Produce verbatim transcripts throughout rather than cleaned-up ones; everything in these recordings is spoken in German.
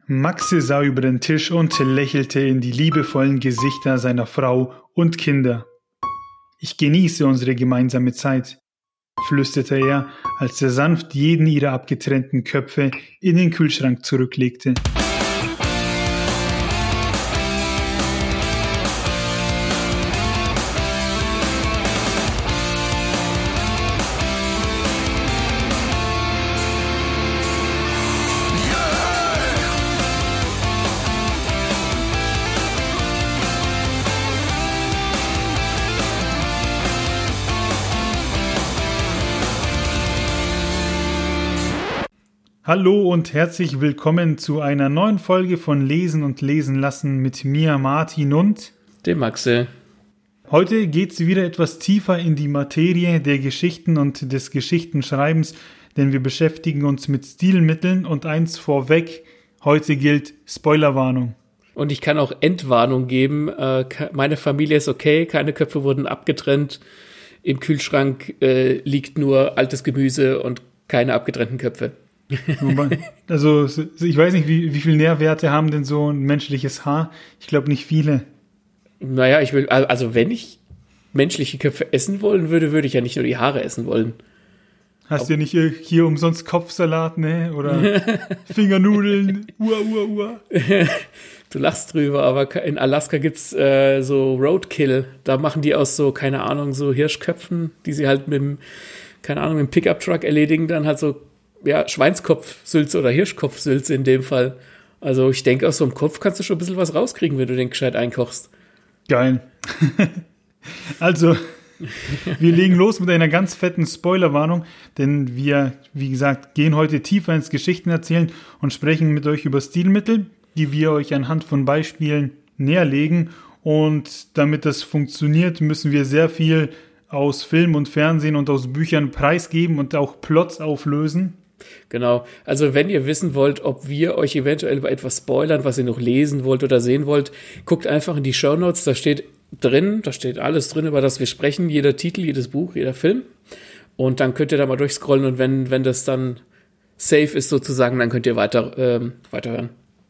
Maxe sah über den Tisch und lächelte in die liebevollen Gesichter seiner Frau und Kinder. »Ich genieße unsere gemeinsame Zeit«, flüsterte er, als er sanft jeden ihrer abgetrennten Köpfe in den Kühlschrank zurücklegte. Hallo und herzlich willkommen zu einer neuen Folge von Lesen und Lesen lassen mit mir, Martin und dem Maxe. Heute geht es wieder etwas tiefer in die Materie der Geschichten und des Geschichtenschreibens, denn wir beschäftigen uns mit Stilmitteln und eins vorweg, heute gilt Spoilerwarnung. Und ich kann auch Entwarnung geben, äh, meine Familie ist okay, keine Köpfe wurden abgetrennt, im Kühlschrank äh, liegt nur altes Gemüse und keine abgetrennten Köpfe. Also ich weiß nicht, wie, wie viel Nährwerte haben denn so ein menschliches Haar? Ich glaube nicht viele. Naja, ich will, also wenn ich menschliche Köpfe essen wollen würde, würde ich ja nicht nur die Haare essen wollen. Hast du ja nicht hier umsonst Kopfsalat, ne? Oder Fingernudeln, ua, ua, ua. Du lachst drüber, aber in Alaska gibt's äh, so Roadkill. Da machen die aus so, keine Ahnung, so Hirschköpfen, die sie halt mit dem, keine Ahnung, mit dem Pickup-Truck erledigen, dann halt so ja, Schweinskopfsülze oder Hirschkopfsülze in dem Fall. Also ich denke, aus so einem Kopf kannst du schon ein bisschen was rauskriegen, wenn du den gescheit einkochst. Geil. Also, wir legen los mit einer ganz fetten Spoilerwarnung, denn wir, wie gesagt, gehen heute tiefer ins Geschichtenerzählen und sprechen mit euch über Stilmittel, die wir euch anhand von Beispielen näherlegen. Und damit das funktioniert, müssen wir sehr viel aus Film und Fernsehen und aus Büchern preisgeben und auch Plots auflösen. Genau, also wenn ihr wissen wollt, ob wir euch eventuell über etwas spoilern, was ihr noch lesen wollt oder sehen wollt, guckt einfach in die Shownotes, da steht drin, da steht alles drin, über das wir sprechen, jeder Titel, jedes Buch, jeder Film, und dann könnt ihr da mal durchscrollen und wenn, wenn das dann safe ist sozusagen, dann könnt ihr weiter, ähm, weiterhören.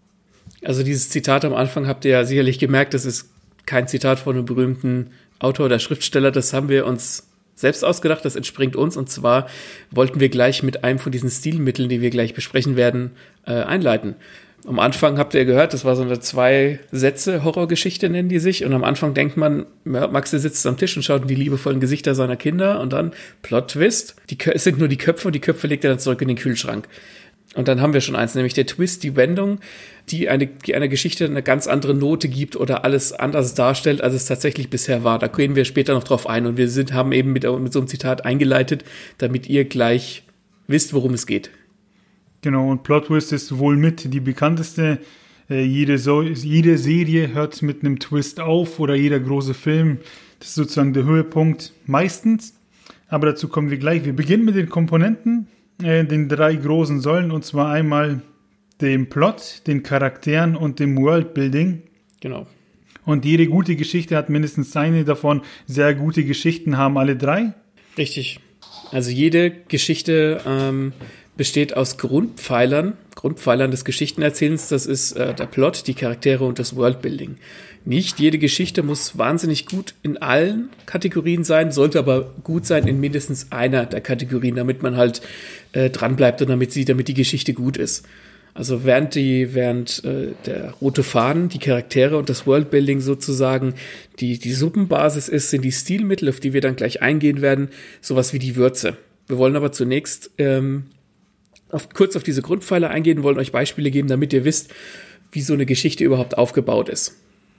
Also dieses Zitat am Anfang habt ihr ja sicherlich gemerkt, das ist kein Zitat von einem berühmten Autor oder Schriftsteller, das haben wir uns selbst ausgedacht, das entspringt uns, und zwar wollten wir gleich mit einem von diesen Stilmitteln, die wir gleich besprechen werden, äh, einleiten. Am Anfang habt ihr gehört, das war so eine Zwei-Sätze-Horrorgeschichte, nennen die sich, und am Anfang denkt man, Maxe sitzt am Tisch und schaut in die liebevollen Gesichter seiner Kinder und dann Plot-Twist, die, es sind nur die Köpfe und die Köpfe legt er dann zurück in den Kühlschrank. Und dann haben wir schon eins, nämlich der Twist, die Wendung, die, eine, die einer Geschichte eine ganz andere Note gibt oder alles anders darstellt, als es tatsächlich bisher war. Da gehen wir später noch drauf ein und wir sind, haben eben mit, mit so einem Zitat eingeleitet, damit ihr gleich wisst, worum es geht. Genau, und Plot Twist ist wohl mit die bekannteste. Äh, jede, so, jede Serie hört mit einem Twist auf oder jeder große Film. Das ist sozusagen der Höhepunkt meistens. Aber dazu kommen wir gleich. Wir beginnen mit den Komponenten, äh, den drei großen Säulen, und zwar einmal dem Plot, den Charakteren und dem Worldbuilding. Genau. Und jede gute Geschichte hat mindestens eine davon. Sehr gute Geschichten haben alle drei. Richtig. Also jede Geschichte ähm, besteht aus Grundpfeilern, Grundpfeilern des Geschichtenerzählens. Das ist äh, der Plot, die Charaktere und das Worldbuilding. Nicht jede Geschichte muss wahnsinnig gut in allen Kategorien sein, sollte aber gut sein in mindestens einer der Kategorien, damit man halt äh, dranbleibt und damit sie, damit die Geschichte gut ist. Also während die, während äh, der rote Faden, die Charaktere und das Worldbuilding sozusagen die, die Suppenbasis ist, sind die Stilmittel, auf die wir dann gleich eingehen werden, sowas wie die Würze. Wir wollen aber zunächst ähm, auf, kurz auf diese Grundpfeiler eingehen, wollen euch Beispiele geben, damit ihr wisst, wie so eine Geschichte überhaupt aufgebaut ist.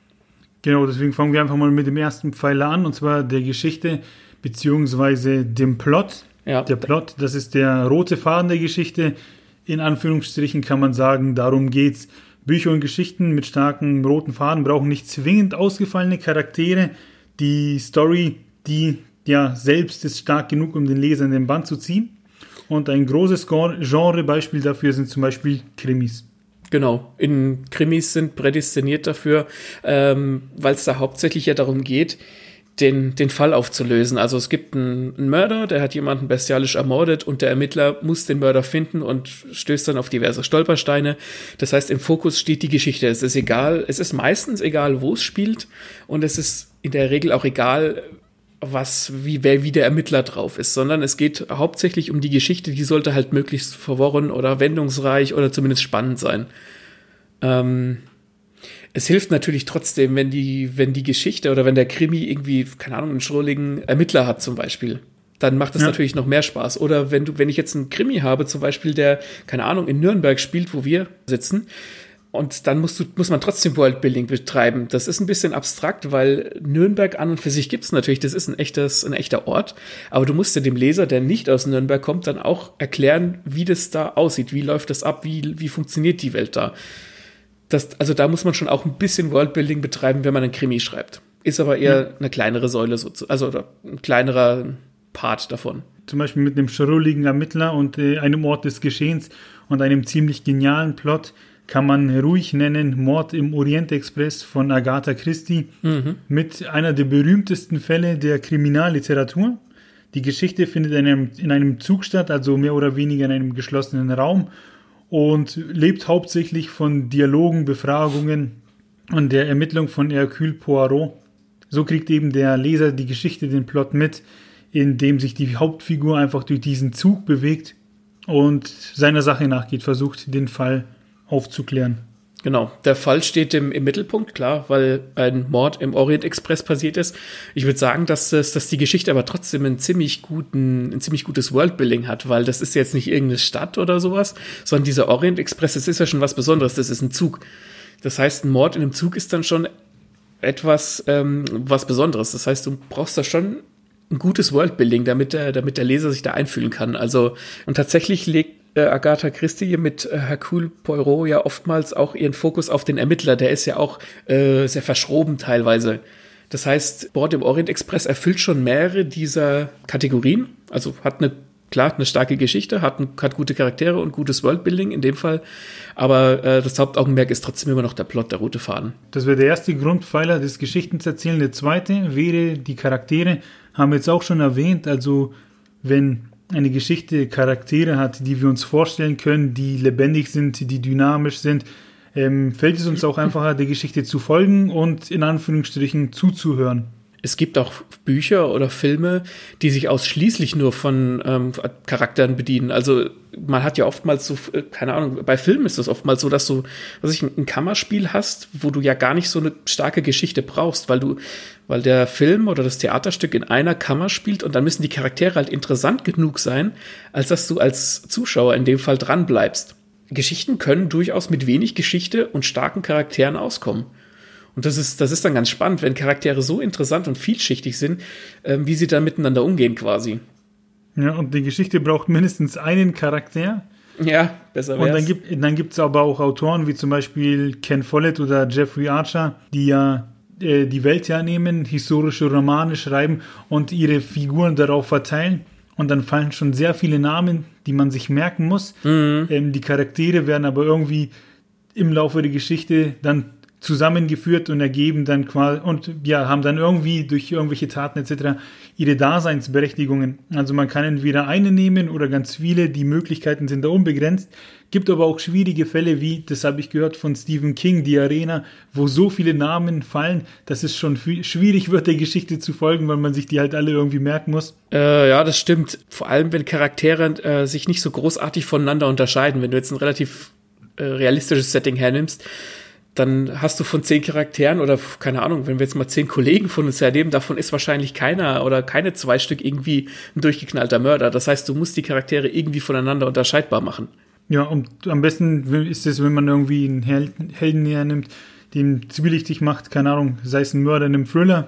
Genau, deswegen fangen wir einfach mal mit dem ersten Pfeiler an, und zwar der Geschichte beziehungsweise dem Plot. Ja. Der Plot, das ist der rote Faden der Geschichte. In Anführungsstrichen kann man sagen, darum geht's. Bücher und Geschichten mit starkem roten Faden brauchen nicht zwingend ausgefallene Charaktere. Die Story, die ja selbst ist stark genug, um den Leser in den Bann zu ziehen. Und ein großes Genrebeispiel dafür sind zum Beispiel Krimis. Genau, in Krimis sind prädestiniert dafür, ähm, weil es da hauptsächlich ja darum geht, den, den Fall aufzulösen. Also es gibt einen, einen Mörder, der hat jemanden bestialisch ermordet und der Ermittler muss den Mörder finden und stößt dann auf diverse Stolpersteine. Das heißt, im Fokus steht die Geschichte. Es ist egal, es ist meistens egal, wo es spielt und es ist in der Regel auch egal, was, wie, wer, wie der Ermittler drauf ist, sondern es geht hauptsächlich um die Geschichte, die sollte halt möglichst verworren oder wendungsreich oder zumindest spannend sein. Ähm, Es hilft natürlich trotzdem, wenn die, wenn die Geschichte oder wenn der Krimi irgendwie, keine Ahnung, einen schrulligen Ermittler hat zum Beispiel. Dann macht das ja. natürlich noch mehr Spaß. Oder wenn du, wenn ich jetzt einen Krimi habe, zum Beispiel, der, keine Ahnung, in Nürnberg spielt, wo wir sitzen, und dann musst du, muss man trotzdem Worldbuilding betreiben. Das ist ein bisschen abstrakt, weil Nürnberg an und für sich gibt's natürlich, das ist ein echtes, ein echter Ort. Aber du musst ja dem Leser, der nicht aus Nürnberg kommt, dann auch erklären, wie das da aussieht, wie läuft das ab, wie, wie funktioniert die Welt da. Das, also da muss man schon auch ein bisschen Worldbuilding betreiben, wenn man einen Krimi schreibt. Ist aber eher ja. eine kleinere Säule, also oder ein kleinerer Part davon. Zum Beispiel mit einem schrulligen Ermittler und äh, einem Ort des Geschehens und einem ziemlich genialen Plot kann man ruhig nennen Mord im Orient-Express von Agatha Christie, mhm. mit einer der berühmtesten Fälle der Kriminalliteratur. Die Geschichte findet in einem, in einem Zug statt, also mehr oder weniger in einem geschlossenen Raum, und lebt hauptsächlich von Dialogen, Befragungen und der Ermittlung von Hercule Poirot. So kriegt eben der Leser die Geschichte, den Plot mit, indem sich die Hauptfigur einfach durch diesen Zug bewegt und seiner Sache nachgeht, versucht, den Fall aufzuklären. Genau, der Fall steht im, im Mittelpunkt, klar, weil ein Mord im Orient Express passiert ist. Ich würde sagen, dass, das, dass die Geschichte aber trotzdem einen ziemlich guten, ein ziemlich gutes Worldbuilding hat, weil das ist jetzt nicht irgendeine Stadt oder sowas, sondern dieser Orient Express, das ist ja schon was Besonderes, das ist ein Zug. Das heißt, ein Mord in einem Zug ist dann schon etwas ähm, was Besonderes. Das heißt, du brauchst da schon ein gutes Worldbuilding, damit der, damit der Leser sich da einfühlen kann. Also, und tatsächlich legt äh, Agatha Christie mit äh, Hercule Poirot ja oftmals auch ihren Fokus auf den Ermittler. Der ist ja auch äh, sehr verschroben teilweise. Das heißt, Mord im Orient Express erfüllt schon mehrere dieser Kategorien. Also hat eine, klar, eine starke Geschichte, hat, ein, hat gute Charaktere und gutes Worldbuilding in dem Fall. Aber äh, das Hauptaugenmerk ist trotzdem immer noch der Plot, der rote Faden. Das wäre der erste Grundpfeiler des Geschichtenerzählens. Der zweite wäre die Charaktere. Haben wir jetzt auch schon erwähnt. Also wenn eine Geschichte Charaktere hat, die wir uns vorstellen können, die lebendig sind, die dynamisch sind, ähm, fällt es uns auch einfacher, der Geschichte zu folgen und in Anführungsstrichen zuzuhören. Es gibt auch Bücher oder Filme, die sich ausschließlich nur von ähm, Charakteren bedienen. Also man hat ja oftmals so, keine Ahnung, bei Filmen ist das oftmals so, dass du, was ich, ein Kammerspiel hast, wo du ja gar nicht so eine starke Geschichte brauchst, weil du, weil der Film oder das Theaterstück in einer Kammer spielt und dann müssen die Charaktere halt interessant genug sein, als dass du als Zuschauer in dem Fall dran bleibst. Geschichten können durchaus mit wenig Geschichte und starken Charakteren auskommen. Und das ist, das ist dann ganz spannend, wenn Charaktere so interessant und vielschichtig sind, äh, wie sie dann miteinander umgehen quasi. Ja, und die Geschichte braucht mindestens einen Charakter. Ja, besser wär's. Und dann gibt dann gibt's aber auch Autoren, wie zum Beispiel Ken Follett oder Jeffrey Archer, die ja äh, die Welt hernehmen, historische Romane schreiben und ihre Figuren darauf verteilen. Und dann fallen schon sehr viele Namen, die man sich merken muss. Mhm. Ähm, die Charaktere werden aber irgendwie im Laufe der Geschichte dann zusammengeführt und ergeben dann quasi und ja, haben dann irgendwie durch irgendwelche Taten et cetera ihre Daseinsberechtigungen. Also man kann entweder eine nehmen oder ganz viele, die Möglichkeiten sind da unbegrenzt. Gibt aber auch schwierige Fälle wie, das habe ich gehört von Stephen King, die Arena, wo so viele Namen fallen, dass es schon schwierig wird, der Geschichte zu folgen, weil man sich die halt alle irgendwie merken muss. Äh, ja, das stimmt. Vor allem, wenn Charaktere äh, sich nicht so großartig voneinander unterscheiden. Wenn du jetzt ein relativ äh, realistisches Setting hernimmst, dann hast du von zehn Charakteren oder, keine Ahnung, wenn wir jetzt mal zehn Kollegen von uns hernehmen, davon ist wahrscheinlich keiner oder keine zwei Stück irgendwie ein durchgeknallter Mörder. Das heißt, du musst die Charaktere irgendwie voneinander unterscheidbar machen. Ja, und am besten ist es, wenn man irgendwie einen Helden, Helden hernimmt, den zwielichtig macht, keine Ahnung, sei es ein Mörder in einem Thriller,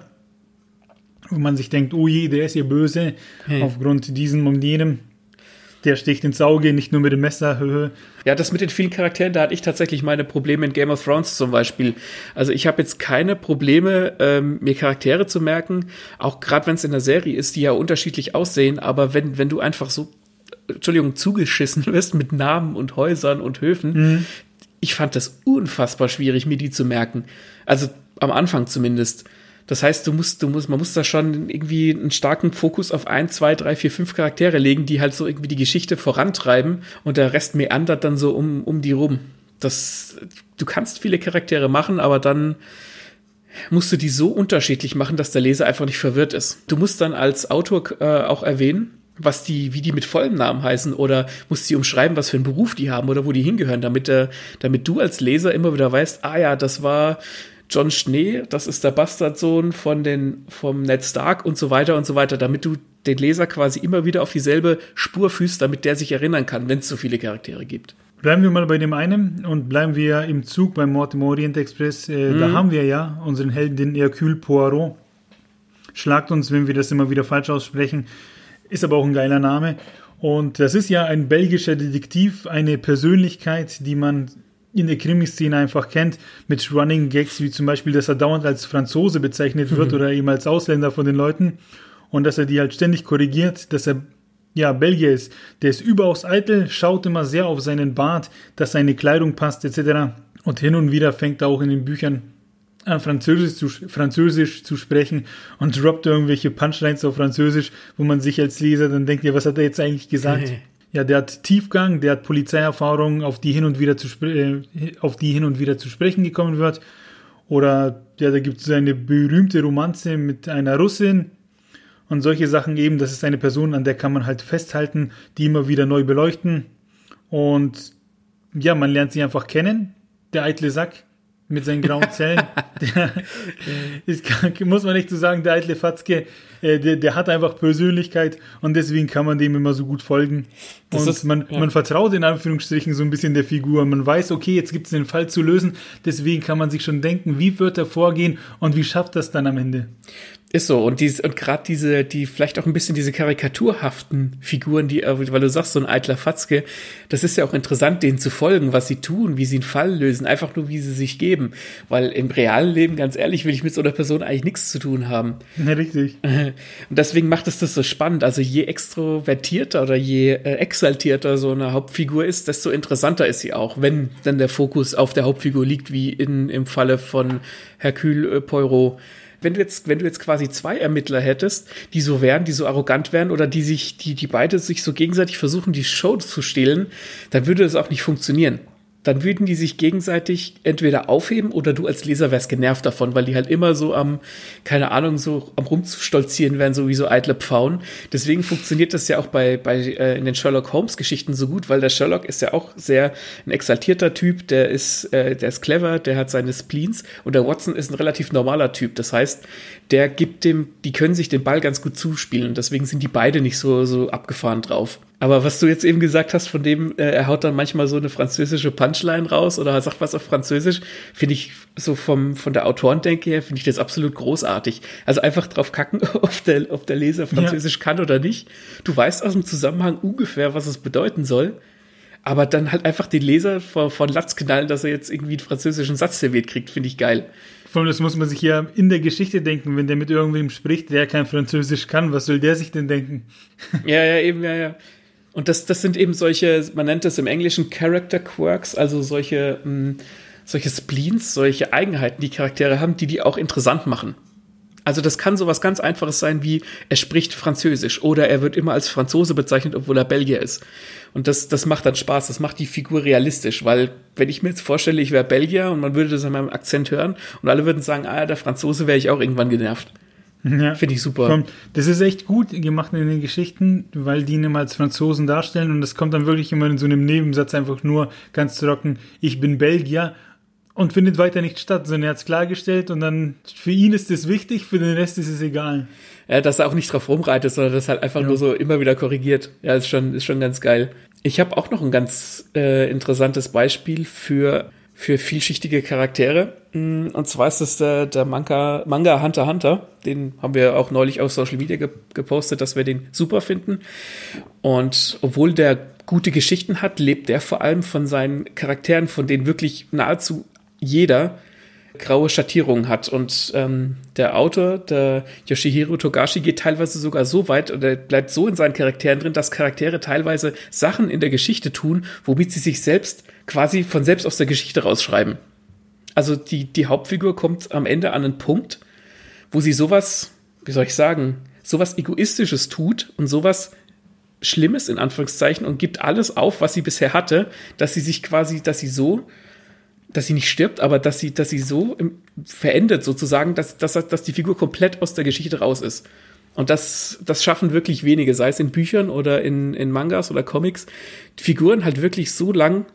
wo man sich denkt, oh je, der ist ja böse, hey. Aufgrund diesem und jenem. Der sticht ins Auge, nicht nur mit dem Messer. Ja, das mit den vielen Charakteren, da hatte ich tatsächlich meine Probleme in Game of Thrones zum Beispiel. Also ich habe jetzt keine Probleme, ähm, mir Charaktere zu merken, auch gerade wenn es in der Serie ist, die ja unterschiedlich aussehen, aber wenn, wenn du einfach so, Entschuldigung, zugeschissen wirst mit Namen und Häusern und Höfen, mhm. ich fand das unfassbar schwierig, mir die zu merken. Also am Anfang zumindest. Das heißt, du musst, du musst, man muss da schon irgendwie einen starken Fokus auf ein, zwei, drei, vier, fünf Charaktere legen, die halt so irgendwie die Geschichte vorantreiben und der Rest meandert dann so um, um die rum. Das, du kannst viele Charaktere machen, aber dann musst du die so unterschiedlich machen, dass der Leser einfach nicht verwirrt ist. Du musst dann als Autor äh, auch erwähnen, was die, wie die mit vollem Namen heißen oder musst die umschreiben, was für einen Beruf die haben oder wo die hingehören, damit, äh, damit du als Leser immer wieder weißt, ah ja, das war John Schnee, das ist der Bastardsohn von den, vom Ned Stark und so weiter und so weiter, damit du den Leser quasi immer wieder auf dieselbe Spur führst, damit der sich erinnern kann, wenn es so viele Charaktere gibt. Bleiben wir mal bei dem einen und bleiben wir im Zug beim Mord im Orient Express. Äh, mhm. Da haben wir ja unseren Helden, den Hercule Poirot. Schlagt uns, wenn wir das immer wieder falsch aussprechen. Ist aber auch ein geiler Name. Und das ist ja ein belgischer Detektiv, eine Persönlichkeit, die man in der Krimiszene einfach kennt, mit Running Gags, wie zum Beispiel, dass er dauernd als Franzose bezeichnet wird mhm. oder eben als Ausländer von den Leuten und dass er die halt ständig korrigiert, dass er ja Belgier ist. Der ist überaus eitel, schaut immer sehr auf seinen Bart, dass seine Kleidung passt et cetera. Und hin und wieder fängt er auch in den Büchern an Französisch zu, Französisch zu sprechen und droppt irgendwelche Punchlines auf Französisch, wo man sich als Leser dann denkt, ja, was hat er jetzt eigentlich gesagt? Ja, der hat Tiefgang, der hat Polizeierfahrung, auf die hin und wieder zu spre- auf die hin und wieder zu sprechen gekommen wird. Oder ja, da gibt es eine berühmte Romanze mit einer Russin und solche Sachen eben. Das ist eine Person, an der kann man halt festhalten, die immer wieder neu beleuchten. Und ja, man lernt sie einfach kennen. Der eitle Sack mit seinen grauen Zellen. der, ist, muss man nicht so sagen, der eitle Fatzke, äh, der, der hat einfach Persönlichkeit und deswegen kann man dem immer so gut folgen. Das und ist, man, ja. man vertraut in Anführungsstrichen so ein bisschen der Figur. Man weiß, okay, jetzt gibt es den Fall zu lösen, deswegen kann man sich schon denken, wie wird er vorgehen und wie schafft das dann am Ende. Ist so. Und, dies, und gerade diese, die vielleicht auch ein bisschen diese karikaturhaften Figuren, die, weil du sagst, so ein eitler Fatzke, das ist ja auch interessant, denen zu folgen, was sie tun, wie sie einen Fall lösen, einfach nur, wie sie sich geben. Weil im realen Leben, ganz ehrlich, will ich mit so einer Person eigentlich nichts zu tun haben. Ja, richtig. Und deswegen macht es das so spannend. Also je extrovertierter oder je äh, exaltierter so eine Hauptfigur ist, desto interessanter ist sie auch, wenn dann der Fokus auf der Hauptfigur liegt, wie in, im Falle von Hercule Poirot. Wenn du jetzt, wenn du jetzt quasi zwei Ermittler hättest, die so wären, die so arrogant wären oder die sich, die, die beide sich so gegenseitig versuchen, die Show zu stehlen, dann würde das auch nicht funktionieren. Dann würden die sich gegenseitig entweder aufheben oder du als Leser wärst genervt davon, weil die halt immer so am, keine Ahnung, so am rumstolzieren wären, so wie so eitle Pfauen. Deswegen funktioniert das ja auch bei, bei äh, in den Sherlock-Holmes-Geschichten so gut, weil der Sherlock ist ja auch sehr ein exaltierter Typ, der ist, äh, der ist clever, der hat seine Spleens und der Watson ist ein relativ normaler Typ. Das heißt, der gibt dem, die können sich den Ball ganz gut zuspielen und deswegen sind die beide nicht so, so abgefahren drauf. Aber was du jetzt eben gesagt hast, von dem, äh, er haut dann manchmal so eine französische Punchline raus oder sagt was auf Französisch, finde ich so vom, von der Autorendenke her, finde ich das absolut großartig. Also einfach drauf kacken, ob der, ob der Leser Französisch ja. kann oder nicht. Du weißt aus dem Zusammenhang ungefähr, was es bedeuten soll, aber dann halt einfach den Leser von, von Latz knallen, dass er jetzt irgendwie einen französischen Satz serviert kriegt, finde ich geil. Vor allem, das muss man sich ja in der Geschichte denken, wenn der mit irgendwem spricht, der kein Französisch kann, was soll der sich denn denken? Ja, ja, eben, ja, ja. Und das, das sind eben solche, man nennt das im Englischen Character Quirks, also solche, mh, solche Spleens, solche Eigenheiten, die Charaktere haben, die die auch interessant machen. Also das kann sowas ganz Einfaches sein wie, er spricht Französisch oder er wird immer als Franzose bezeichnet, obwohl er Belgier ist. Und das, das macht dann Spaß, das macht die Figur realistisch, weil wenn ich mir jetzt vorstelle, ich wäre Belgier und man würde das an meinem Akzent hören und alle würden sagen, ah, der Franzose, wäre ich auch irgendwann genervt. Ja, finde ich super. Das ist echt gut gemacht in den Geschichten, weil die ihn immer als Franzosen darstellen und das kommt dann wirklich immer in so einem Nebensatz einfach nur ganz trocken, ich bin Belgier und findet weiter nicht statt, sondern er hat es klargestellt und dann für ihn ist es wichtig, für den Rest ist es egal. Ja, dass er auch nicht drauf rumreitet, sondern das halt einfach ja. nur so immer wieder korrigiert. Ja, ist schon, ist schon ganz geil. Ich habe auch noch ein ganz äh, interessantes Beispiel für für vielschichtige Charaktere. Und zwar ist das der, der Manga, Manga Hunter x Hunter. Den haben wir auch neulich auf Social Media ge- gepostet, dass wir den super finden. Und obwohl der gute Geschichten hat, lebt der vor allem von seinen Charakteren, von denen wirklich nahezu jeder graue Schattierungen hat. Und ähm, der Autor, der Yoshihiro Togashi, geht teilweise sogar so weit oder bleibt so in seinen Charakteren drin, dass Charaktere teilweise Sachen in der Geschichte tun, womit sie sich selbst quasi von selbst aus der Geschichte rausschreiben. Also die, die Hauptfigur kommt am Ende an einen Punkt, wo sie sowas, wie soll ich sagen, sowas Egoistisches tut und sowas Schlimmes in Anführungszeichen und gibt alles auf, was sie bisher hatte, dass sie sich quasi, dass sie so, dass sie nicht stirbt, aber dass sie, dass sie so im, verendet sozusagen, dass, dass, dass die Figur komplett aus der Geschichte raus ist. Und das, das schaffen wirklich wenige, sei es in Büchern oder in, in Mangas oder Comics, die Figuren halt wirklich so lang,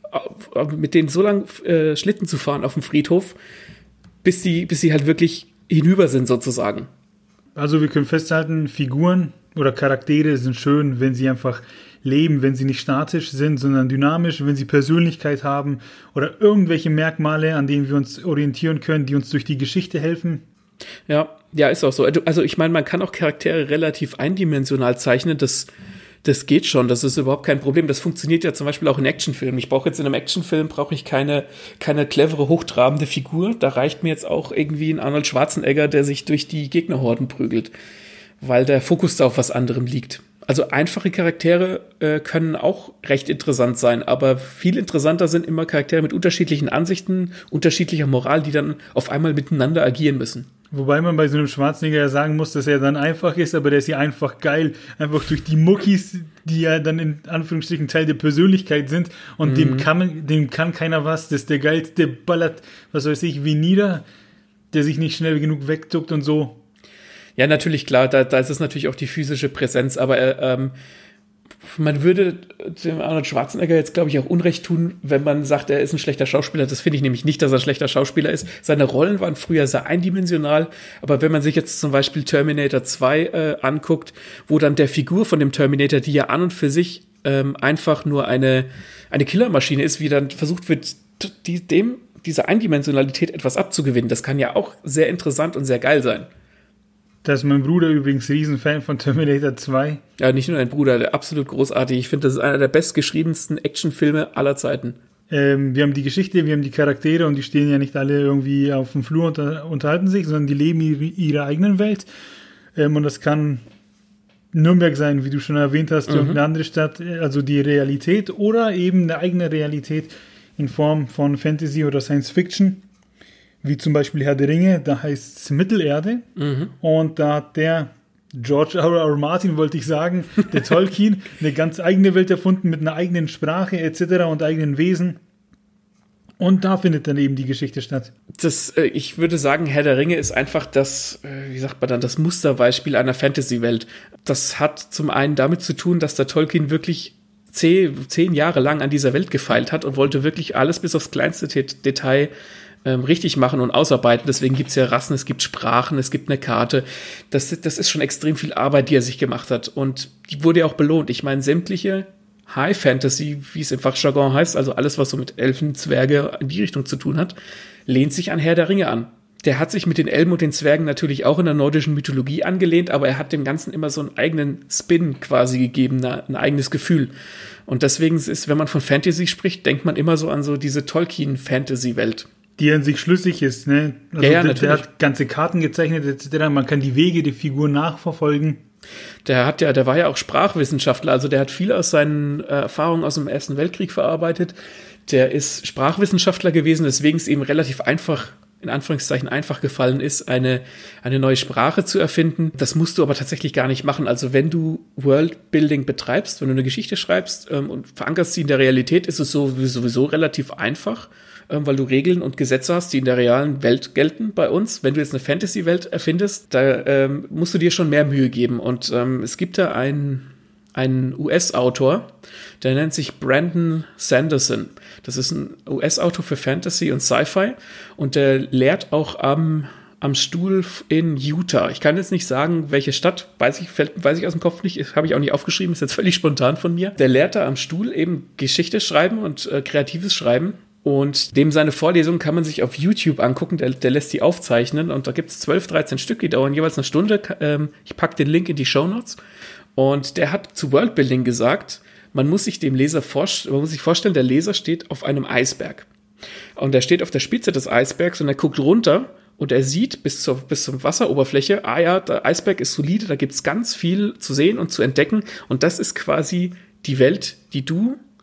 mit denen so lang äh, Schlitten zu fahren auf dem Friedhof, bis sie, bis sie halt wirklich hinüber sind sozusagen. Also wir können festhalten, Figuren oder Charaktere sind schön, wenn sie einfach leben, wenn sie nicht statisch sind, sondern dynamisch, wenn sie Persönlichkeit haben oder irgendwelche Merkmale, an denen wir uns orientieren können, die uns durch die Geschichte helfen. Ja, ja, ist auch so. Also ich meine, man kann auch Charaktere relativ eindimensional zeichnen, das, das geht schon, das ist überhaupt kein Problem. Das funktioniert ja zum Beispiel auch in Actionfilmen. Ich brauche jetzt in einem Actionfilm, brauche ich keine, keine clevere, hochtrabende Figur. Da reicht mir jetzt auch irgendwie ein Arnold Schwarzenegger, der sich durch die Gegnerhorden prügelt, weil der Fokus da auf was anderem liegt. Also einfache Charaktere äh, können auch recht interessant sein, aber viel interessanter sind immer Charaktere mit unterschiedlichen Ansichten, unterschiedlicher Moral, die dann auf einmal miteinander agieren müssen. Wobei man bei so einem Schwarzenegger ja sagen muss, dass er dann einfach ist, aber der ist ja einfach geil, einfach durch die Muckis, die ja dann in Anführungsstrichen Teil der Persönlichkeit sind und mhm. dem kann, dem kann keiner was, das ist der geilste, ballert, was weiß ich, wie nieder, der sich nicht schnell genug wegduckt und so. Ja, natürlich, klar, da, da ist es natürlich auch die physische Präsenz, aber äh, ähm, man würde dem Arnold Schwarzenegger jetzt, glaube ich, auch Unrecht tun, wenn man sagt, er ist ein schlechter Schauspieler. Das finde ich nämlich nicht, dass er ein schlechter Schauspieler ist. Seine Rollen waren früher sehr eindimensional, aber wenn man sich jetzt zum Beispiel Terminator zwei äh, anguckt, wo dann der Figur von dem Terminator, die ja an und für sich ähm, einfach nur eine, eine Killermaschine ist, wie dann versucht wird, die, dem diese Eindimensionalität etwas abzugewinnen. Das kann ja auch sehr interessant und sehr geil sein. Da ist mein Bruder übrigens Riesenfan von Terminator zwei. Ja, nicht nur dein Bruder, der absolut großartig. Ich finde, das ist einer der bestgeschriebensten Actionfilme aller Zeiten. Ähm, wir haben die Geschichte, wir haben die Charaktere und die stehen ja nicht alle irgendwie auf dem Flur und unter, unterhalten sich, sondern die leben ihre, ihre eigenen Welt. Ähm, und das kann Nürnberg sein, wie du schon erwähnt hast, mhm. irgendeine andere Stadt, also die Realität oder eben eine eigene Realität in Form von Fantasy oder Science Fiction. Wie zum Beispiel Herr der Ringe, da heißt es Mittelerde. Mhm. Und da hat der George R R. Martin, wollte ich sagen, der Tolkien, eine ganz eigene Welt erfunden mit einer eigenen Sprache et cetera und eigenen Wesen. Und da findet dann eben die Geschichte statt. Das, äh, ich würde sagen, Herr der Ringe ist einfach das, äh, wie sagt man dann, das Musterbeispiel einer Fantasy-Welt. Das hat zum einen damit zu tun, dass der Tolkien wirklich zehn, zehn Jahre lang an dieser Welt gefeilt hat und wollte wirklich alles bis aufs kleinste Detail richtig machen und ausarbeiten. Deswegen gibt es ja Rassen, es gibt Sprachen, es gibt eine Karte. Das, das ist schon extrem viel Arbeit, die er sich gemacht hat. Und die wurde ja auch belohnt. Ich meine, sämtliche High Fantasy, wie es im Fachjargon heißt, also alles, was so mit Elfen, Zwerge in die Richtung zu tun hat, lehnt sich an Herr der Ringe an. Der hat sich mit den Elben und den Zwergen natürlich auch in der nordischen Mythologie angelehnt, aber er hat dem Ganzen immer so einen eigenen Spin quasi gegeben, ein eigenes Gefühl. Und deswegen ist, wenn man von Fantasy spricht, denkt man immer so an so diese Tolkien-Fantasy-Welt. Die in sich schlüssig ist, ne? Also ja, ja, der, natürlich. der hat ganze Karten gezeichnet et cetera. Man kann die Wege der Figur nachverfolgen. Der hat ja, der war ja auch Sprachwissenschaftler, also der hat viel aus seinen äh, Erfahrungen aus dem Ersten Weltkrieg verarbeitet. Der ist Sprachwissenschaftler gewesen, deswegen es eben relativ einfach, in Anführungszeichen einfach gefallen ist, eine, eine neue Sprache zu erfinden. Das musst du aber tatsächlich gar nicht machen. Also wenn du Worldbuilding betreibst, wenn du eine Geschichte schreibst ähm, und verankerst sie in der Realität, ist es so, sowieso relativ einfach, weil du Regeln und Gesetze hast, die in der realen Welt gelten bei uns. Wenn du jetzt eine Fantasy-Welt erfindest, da ähm, musst du dir schon mehr Mühe geben. Und ähm, es gibt da einen, einen U S-Autor, der nennt sich Brandon Sanderson. Das ist ein U S-Autor für Fantasy und Sci-Fi und der lehrt auch am, am Stuhl in Utah. Ich kann jetzt nicht sagen, welche Stadt, weiß ich, fällt, weiß ich aus dem Kopf nicht, habe ich auch nicht aufgeschrieben, ist jetzt völlig spontan von mir. Der lehrt da am Stuhl eben Geschichte schreiben und äh, kreatives Schreiben. Und dem seine Vorlesung kann man sich auf YouTube angucken, der, der lässt die aufzeichnen und da gibt es zwölf, dreizehn Stück, die dauern jeweils eine Stunde. Ähm, ich packe den Link in die Shownotes. Und der hat zu Worldbuilding gesagt, man muss sich dem Leser vorstellen, man muss sich vorstellen, der Leser steht auf einem Eisberg. Und er steht auf der Spitze des Eisbergs und er guckt runter und er sieht bis zur, bis zur Wasseroberfläche, ah ja, der Eisberg ist solide, da gibt es ganz viel zu sehen und zu entdecken und das ist quasi die Welt, die du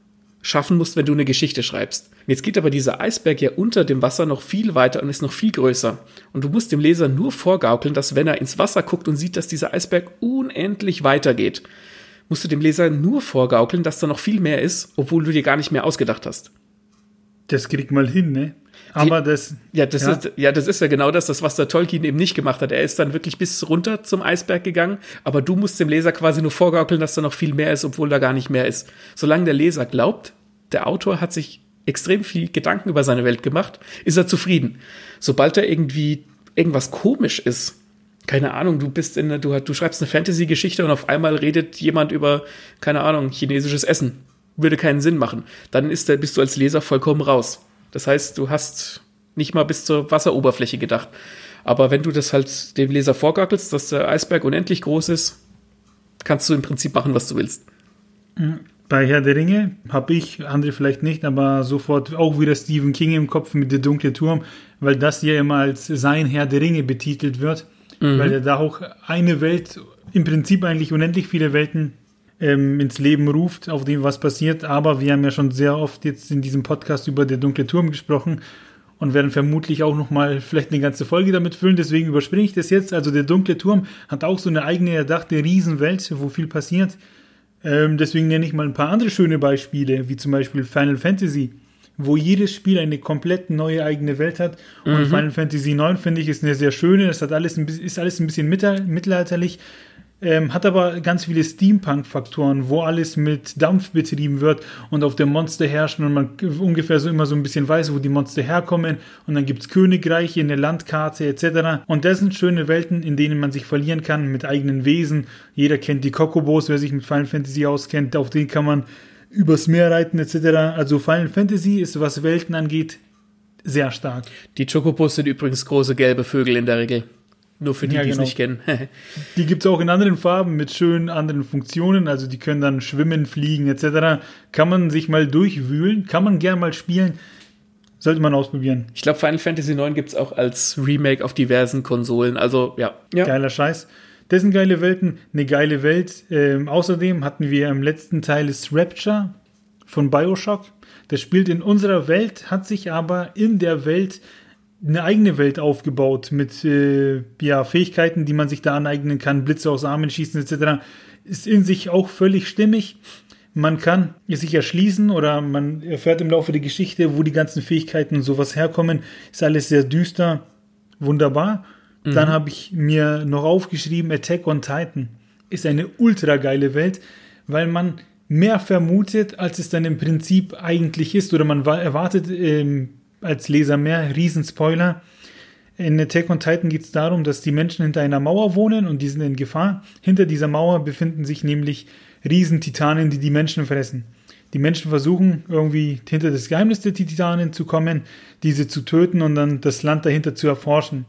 schaffen musst, wenn du eine Geschichte schreibst. Jetzt geht aber dieser Eisberg ja unter dem Wasser noch viel weiter und ist noch viel größer. Und du musst dem Leser nur vorgaukeln, dass wenn er ins Wasser guckt und sieht, dass dieser Eisberg unendlich weitergeht, musst du dem Leser nur vorgaukeln, dass da noch viel mehr ist, obwohl du dir gar nicht mehr ausgedacht hast. Das kriegt mal hin, ne? Aber Die, das... Ja das, ja. Ist, ja, das ist ja genau das, das, was der Tolkien eben nicht gemacht hat. Er ist dann wirklich bis runter zum Eisberg gegangen, aber du musst dem Leser quasi nur vorgaukeln, dass da noch viel mehr ist, obwohl da gar nicht mehr ist. Solange der Leser glaubt, der Autor hat sich extrem viel Gedanken über seine Welt gemacht, ist er zufrieden. Sobald da irgendwie irgendwas komisch ist, keine Ahnung, du bist in, du, du schreibst eine Fantasy-Geschichte und auf einmal redet jemand über, keine Ahnung, chinesisches Essen. Würde keinen Sinn machen. Dann ist der, bist du als Leser vollkommen raus. Das heißt, du hast nicht mal bis zur Wasseroberfläche gedacht. Aber wenn du das halt dem Leser vorgaukelst, dass der Eisberg unendlich groß ist, kannst du im Prinzip machen, was du willst. Bei Herr der Ringe habe ich, andere vielleicht nicht, aber sofort auch wieder Stephen King im Kopf mit Der dunkle Turm, weil das ja immer als sein Herr der Ringe betitelt wird, mhm. weil er da auch eine Welt, im Prinzip eigentlich unendlich viele Welten ähm, ins Leben ruft, auf dem was passiert, aber wir haben ja schon sehr oft jetzt in diesem Podcast über Der dunkle Turm gesprochen und werden vermutlich auch nochmal vielleicht eine ganze Folge damit füllen, deswegen überspringe ich das jetzt. Also Der dunkle Turm hat auch so eine eigene erdachte Riesenwelt, wo viel passiert. Ähm, deswegen nenne ich mal ein paar andere schöne Beispiele, wie zum Beispiel Final Fantasy, wo jedes Spiel eine komplett neue eigene Welt hat. Und mhm. Final Fantasy neun, finde ich, ist eine sehr schöne, das hat alles ein, ist alles ein bisschen mittelalterlich, ähm, hat aber ganz viele Steampunk-Faktoren, wo alles mit Dampf betrieben wird und auf der Monster herrschen und man ungefähr so immer so ein bisschen weiß, wo die Monster herkommen und dann gibt es Königreiche, eine Landkarte et cetera. Und das sind schöne Welten, in denen man sich verlieren kann mit eigenen Wesen. Jeder kennt die Kokobos, wer sich mit Final Fantasy auskennt, auf denen kann man übers Meer reiten et cetera. Also Final Fantasy ist, was Welten angeht, sehr stark. Die Chocobos sind übrigens große gelbe Vögel in der Regel. Nur für die, ja, die genau. es nicht kennen. Die gibt es auch in anderen Farben mit schönen anderen Funktionen. Also die können dann schwimmen, fliegen et cetera. Kann man sich mal durchwühlen, kann man gern mal spielen. Sollte man ausprobieren. Ich glaube, Final Fantasy neun gibt es auch als Remake auf diversen Konsolen. Also ja. ja. Geiler Scheiß. Das sind geile Welten, eine geile Welt. Ähm, außerdem hatten wir im letzten Teil das Rapture von Bioshock. Das spielt in unserer Welt, hat sich aber in der Welt eine eigene Welt aufgebaut mit äh, ja, Fähigkeiten, die man sich da aneignen kann, Blitze aus Armen schießen et cetera. Ist in sich auch völlig stimmig. Man kann es sich erschließen oder man erfährt im Laufe der Geschichte, wo die ganzen Fähigkeiten und sowas herkommen. Ist alles sehr düster, wunderbar. Mhm. Dann habe ich mir noch aufgeschrieben, Attack on Titan ist eine ultra geile Welt, weil man mehr vermutet, als es dann im Prinzip eigentlich ist oder man erwartet ähm, als Leser mehr. Riesenspoiler. In Attack on Titan geht es darum, dass die Menschen hinter einer Mauer wohnen und die sind in Gefahr. Hinter dieser Mauer befinden sich nämlich Riesentitanen, die die Menschen fressen. Die Menschen versuchen irgendwie hinter das Geheimnis der Titanen zu kommen, diese zu töten und dann das Land dahinter zu erforschen.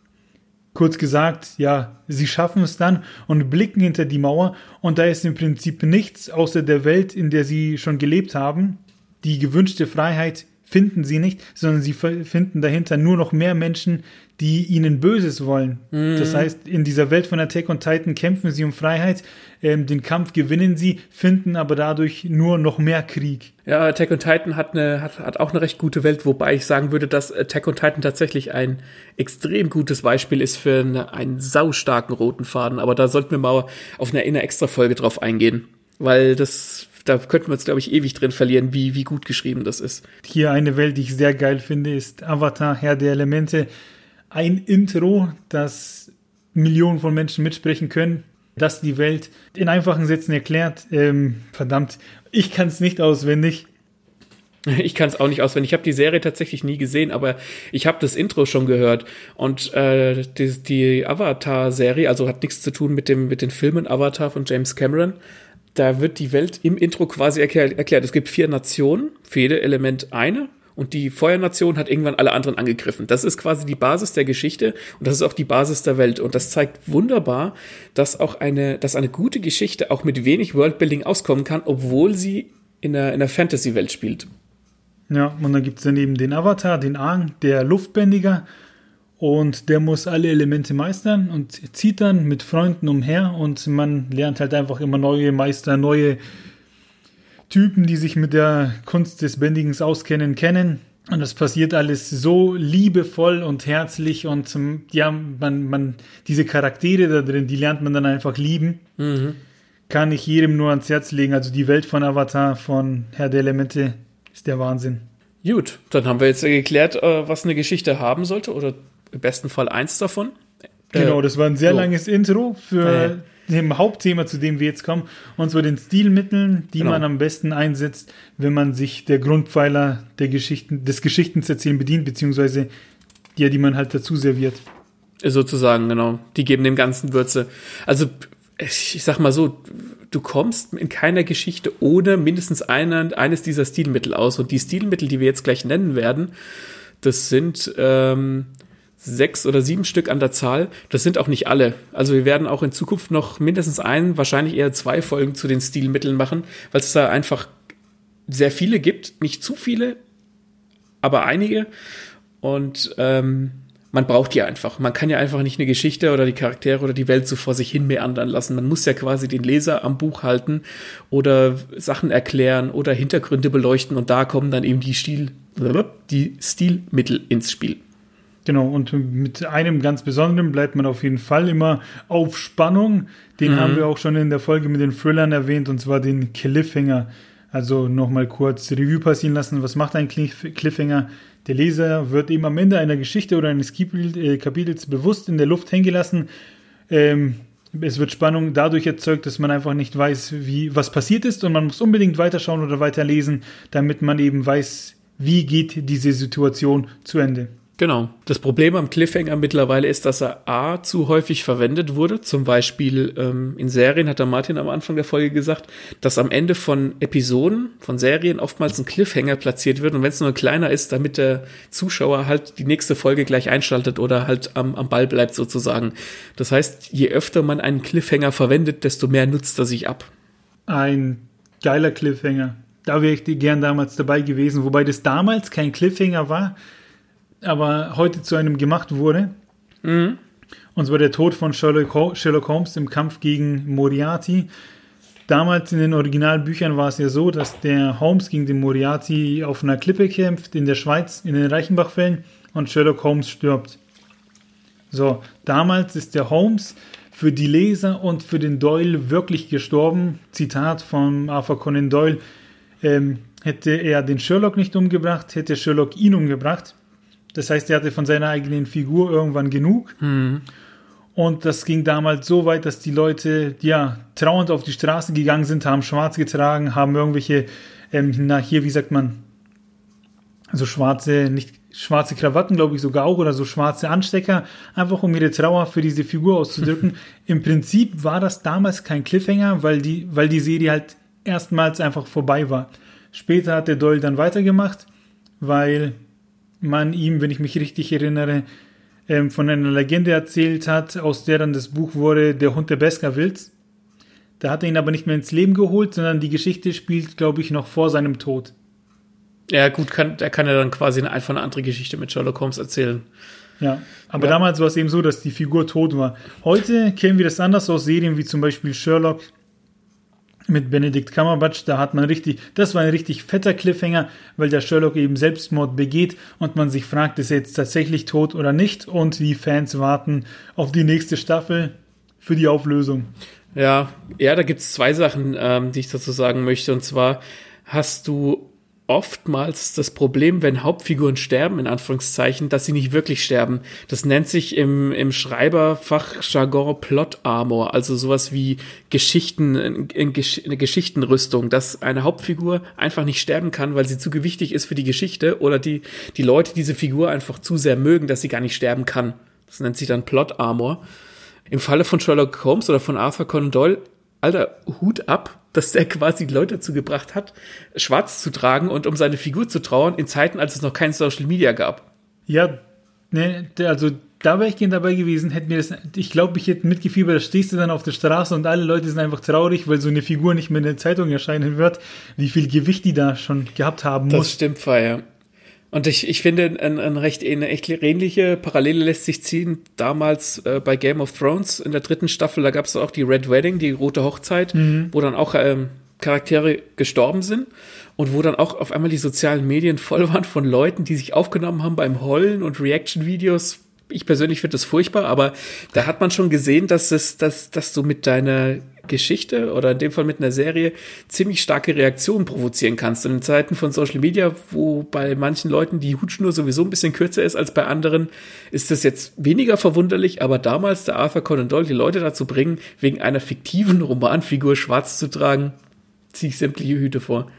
Kurz gesagt, ja, sie schaffen es dann und blicken hinter die Mauer und da ist im Prinzip nichts außer der Welt, in der sie schon gelebt haben. Die gewünschte Freiheit finden sie nicht, sondern sie finden dahinter nur noch mehr Menschen, die ihnen Böses wollen. Mm. Das heißt, in dieser Welt von Attack on Titan kämpfen sie um Freiheit, ähm, den Kampf gewinnen sie, finden aber dadurch nur noch mehr Krieg. Ja, Attack on Titan hat, eine, hat, hat auch eine recht gute Welt, wobei ich sagen würde, dass Attack on Titan tatsächlich ein extrem gutes Beispiel ist für eine, einen saustarken roten Faden, aber da sollten wir mal auf eine, eine extra Folge drauf eingehen, weil das... Da könnten wir uns, glaube ich, ewig drin verlieren, wie, wie gut geschrieben das ist. Hier eine Welt, die ich sehr geil finde, ist Avatar, Herr der Elemente. Ein Intro, das Millionen von Menschen mitsprechen können, das die Welt in einfachen Sätzen erklärt. Ähm, verdammt, ich kann es nicht auswendig. Ich kann es auch nicht auswendig. Ich habe die Serie tatsächlich nie gesehen, aber ich habe das Intro schon gehört. Und äh, die, die Avatar-Serie, also hat nichts zu tun mit dem mit den Filmen Avatar von James Cameron. Da wird die Welt im Intro quasi erklärt. erklärt. Es gibt vier Nationen, für jede Element eine. Und die Feuernation hat irgendwann alle anderen angegriffen. Das ist quasi die Basis der Geschichte und das ist auch die Basis der Welt. Und das zeigt wunderbar, dass auch eine, dass eine gute Geschichte auch mit wenig Worldbuilding auskommen kann, obwohl sie in einer, in einer Fantasy-Welt spielt. Ja, und dann gibt es daneben den Avatar, den Aang, der Luftbändiger. Und der muss alle Elemente meistern und zieht dann mit Freunden umher und man lernt halt einfach immer neue Meister, neue Typen, die sich mit der Kunst des Bändigens auskennen, kennen. Und das passiert alles so liebevoll und herzlich und ja, man, man, diese Charaktere da drin, die lernt man dann einfach lieben. Mhm. Kann ich jedem nur ans Herz legen. Also die Welt von Avatar, von Herr der Elemente, ist der Wahnsinn. Gut, dann haben wir jetzt geklärt, was eine Geschichte haben sollte oder im besten Fall eins davon. Genau, das war ein sehr so. langes Intro für äh. dem Hauptthema, zu dem wir jetzt kommen, und zwar den Stilmitteln, die genau. man am besten einsetzt, wenn man sich der Grundpfeiler der Geschichten, des Geschichtenerzählen bedient, beziehungsweise die, die man halt dazu serviert. Sozusagen, genau. Die geben dem Ganzen Würze. Also ich sag mal so, du kommst in keiner Geschichte ohne mindestens eine, eines dieser Stilmittel aus. Und die Stilmittel, die wir jetzt gleich nennen werden, das sind ähm, sechs oder sieben Stück an der Zahl. Das sind auch nicht alle. Also wir werden auch in Zukunft noch mindestens einen, wahrscheinlich eher zwei Folgen zu den Stilmitteln machen, weil es da einfach sehr viele gibt. Nicht zu viele, aber einige. Und ähm, man braucht die einfach. Man kann ja einfach nicht eine Geschichte oder die Charaktere oder die Welt so vor sich hin meandern lassen. Man muss ja quasi den Leser am Buch halten oder Sachen erklären oder Hintergründe beleuchten. Und da kommen dann eben die Stil, die Stilmittel ins Spiel. Genau, und mit einem ganz Besonderen bleibt man auf jeden Fall immer auf Spannung. Den mhm. haben wir auch schon in der Folge mit den Thrillern erwähnt, und zwar den Cliffhanger. Also nochmal kurz Revue passieren lassen. Was macht ein Cliffhanger? Der Leser wird eben am Ende einer Geschichte oder eines Kapitels bewusst in der Luft hängen gelassen. Ähm, es wird Spannung dadurch erzeugt, dass man einfach nicht weiß, wie, was passiert ist, und man muss unbedingt weiterschauen oder weiterlesen, damit man eben weiß, wie geht diese Situation zu Ende. Genau. Das Problem am Cliffhanger mittlerweile ist, dass er A, zu häufig verwendet wurde. Zum Beispiel ähm, in Serien hat der Martin am Anfang der Folge gesagt, dass am Ende von Episoden, von Serien oftmals ein Cliffhanger platziert wird. Und wenn es nur ein kleiner ist, damit der Zuschauer halt die nächste Folge gleich einschaltet oder halt am, am Ball bleibt sozusagen. Das heißt, je öfter man einen Cliffhanger verwendet, desto mehr nutzt er sich ab. Ein geiler Cliffhanger. Da wäre ich gern damals dabei gewesen. Wobei das damals kein Cliffhanger war, aber heute zu einem gemacht wurde. Mhm. Und zwar der Tod von Sherlock, Sherlock Holmes im Kampf gegen Moriarty. Damals in den Originalbüchern war es ja so, dass der Holmes gegen den Moriarty auf einer Klippe kämpft in der Schweiz, in den Reichenbachfällen, und Sherlock Holmes stirbt. So, damals ist der Holmes für die Leser und für den Doyle wirklich gestorben. Zitat von Arthur Conan Doyle: ähm, hätte er den Sherlock nicht umgebracht, hätte Sherlock ihn umgebracht. Das heißt, er hatte von seiner eigenen Figur irgendwann genug. Mhm. Und das ging damals so weit, dass die Leute, ja, trauernd auf die Straße gegangen sind, haben schwarz getragen, haben irgendwelche, ähm, na, hier, wie sagt man, so schwarze, nicht schwarze Krawatten, glaube ich sogar auch, oder so schwarze Anstecker, einfach um ihre Trauer für diese Figur auszudrücken. Im Prinzip war das damals kein Cliffhanger, weil die, weil die Serie halt erstmals einfach vorbei war. Später hat der Doyle dann weitergemacht, weil man ihm, wenn ich mich richtig erinnere, ähm, von einer Legende erzählt hat, aus der dann das Buch wurde, Der Hund der Baskervilles. Da hat er ihn aber nicht mehr ins Leben geholt, sondern die Geschichte spielt, glaube ich, noch vor seinem Tod. Ja gut, kann, er kann ja dann quasi eine, einfach eine andere Geschichte mit Sherlock Holmes erzählen. Ja, aber ja. Damals war es eben so, dass die Figur tot war. Heute kennen wir das anders aus Serien, wie zum Beispiel Sherlock mit Benedict Cumberbatch. Da hat man richtig, das war ein richtig fetter Cliffhanger, weil der Sherlock eben Selbstmord begeht und man sich fragt, ist er jetzt tatsächlich tot oder nicht, und die Fans warten auf die nächste Staffel für die Auflösung. Ja, ja, da gibt es zwei Sachen, ähm, die ich dazu sagen möchte, und zwar hast du oftmals das Problem, wenn Hauptfiguren sterben, in Anführungszeichen, dass sie nicht wirklich sterben. Das nennt sich im, im Schreiberfachjargon Plot Armor, also sowas wie Geschichten, eine Geschichtenrüstung, dass eine Hauptfigur einfach nicht sterben kann, weil sie zu gewichtig ist für die Geschichte oder die, die Leute diese Figur einfach zu sehr mögen, dass sie gar nicht sterben kann. Das nennt sich dann Plot Armor. Im Falle von Sherlock Holmes oder von Arthur Conan Doyle, Alter, Hut ab, dass der quasi die Leute dazu gebracht hat, schwarz zu tragen und um seine Figur zu trauern, in Zeiten, als es noch kein Social Media gab. Ja, ne, also da wäre ich gern dabei gewesen, hätte mir das, ich glaube, ich hätte mitgefiebert, da stehst du dann auf der Straße und alle Leute sind einfach traurig, weil so eine Figur nicht mehr in der Zeitung erscheinen wird, wie viel Gewicht die da schon gehabt haben muss. Das stimmt, Feier. Und ich, ich finde, ein, ein recht, eine echt ähnliche Parallele lässt sich ziehen. Damals äh, bei Game of Thrones in der dritten Staffel, da gab es auch die Red Wedding, die rote Hochzeit, mhm. wo dann auch ähm, Charaktere gestorben sind und wo dann auch auf einmal die sozialen Medien voll waren von Leuten, die sich aufgenommen haben beim Heulen und Reaction-Videos. Ich persönlich finde das furchtbar, aber da hat man schon gesehen, dass es, dass, dass du mit deiner Geschichte oder in dem Fall mit einer Serie ziemlich starke Reaktionen provozieren kannst. Und in Zeiten von Social Media, wo bei manchen Leuten die Hutschnur sowieso ein bisschen kürzer ist als bei anderen, ist das jetzt weniger verwunderlich, aber damals der Arthur Conan Doyle die Leute dazu bringen, wegen einer fiktiven Romanfigur schwarz zu tragen, ziehe ich sämtliche Hüte vor.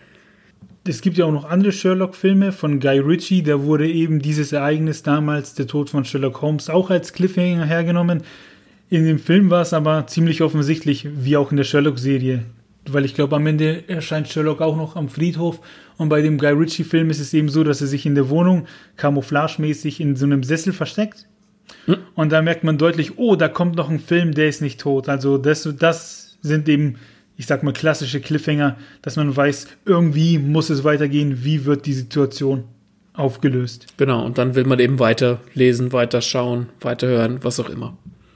Es gibt ja auch noch andere Sherlock-Filme von Guy Ritchie, da wurde eben dieses Ereignis damals, der Tod von Sherlock Holmes, auch als Cliffhanger hergenommen. In dem Film war es aber ziemlich offensichtlich, wie auch in der Sherlock-Serie. Weil ich glaube, am Ende erscheint Sherlock auch noch am Friedhof. Und bei dem Guy Ritchie-Film ist es eben so, dass er sich in der Wohnung camouflagemäßig in so einem Sessel versteckt. Hm. Und da merkt man deutlich, oh, da kommt noch ein Film, der ist nicht tot. Also das, das sind eben, ich sag mal, klassische Cliffhanger, dass man weiß, irgendwie muss es weitergehen, wie wird die Situation aufgelöst. Genau, und dann will man eben weiter lesen, weiter schauen, weiter hören, was auch immer.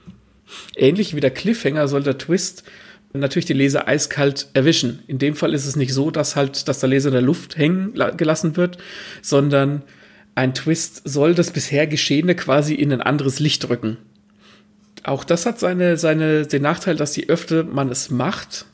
Ähnlich wie der Cliffhanger soll der Twist natürlich den Leser eiskalt erwischen. In dem Fall ist es nicht so, dass halt, dass der Leser in der Luft hängen gelassen wird, sondern ein Twist soll das bisher Geschehene quasi in ein anderes Licht rücken. Auch das hat seine, seine, den Nachteil, dass je öfter man es macht,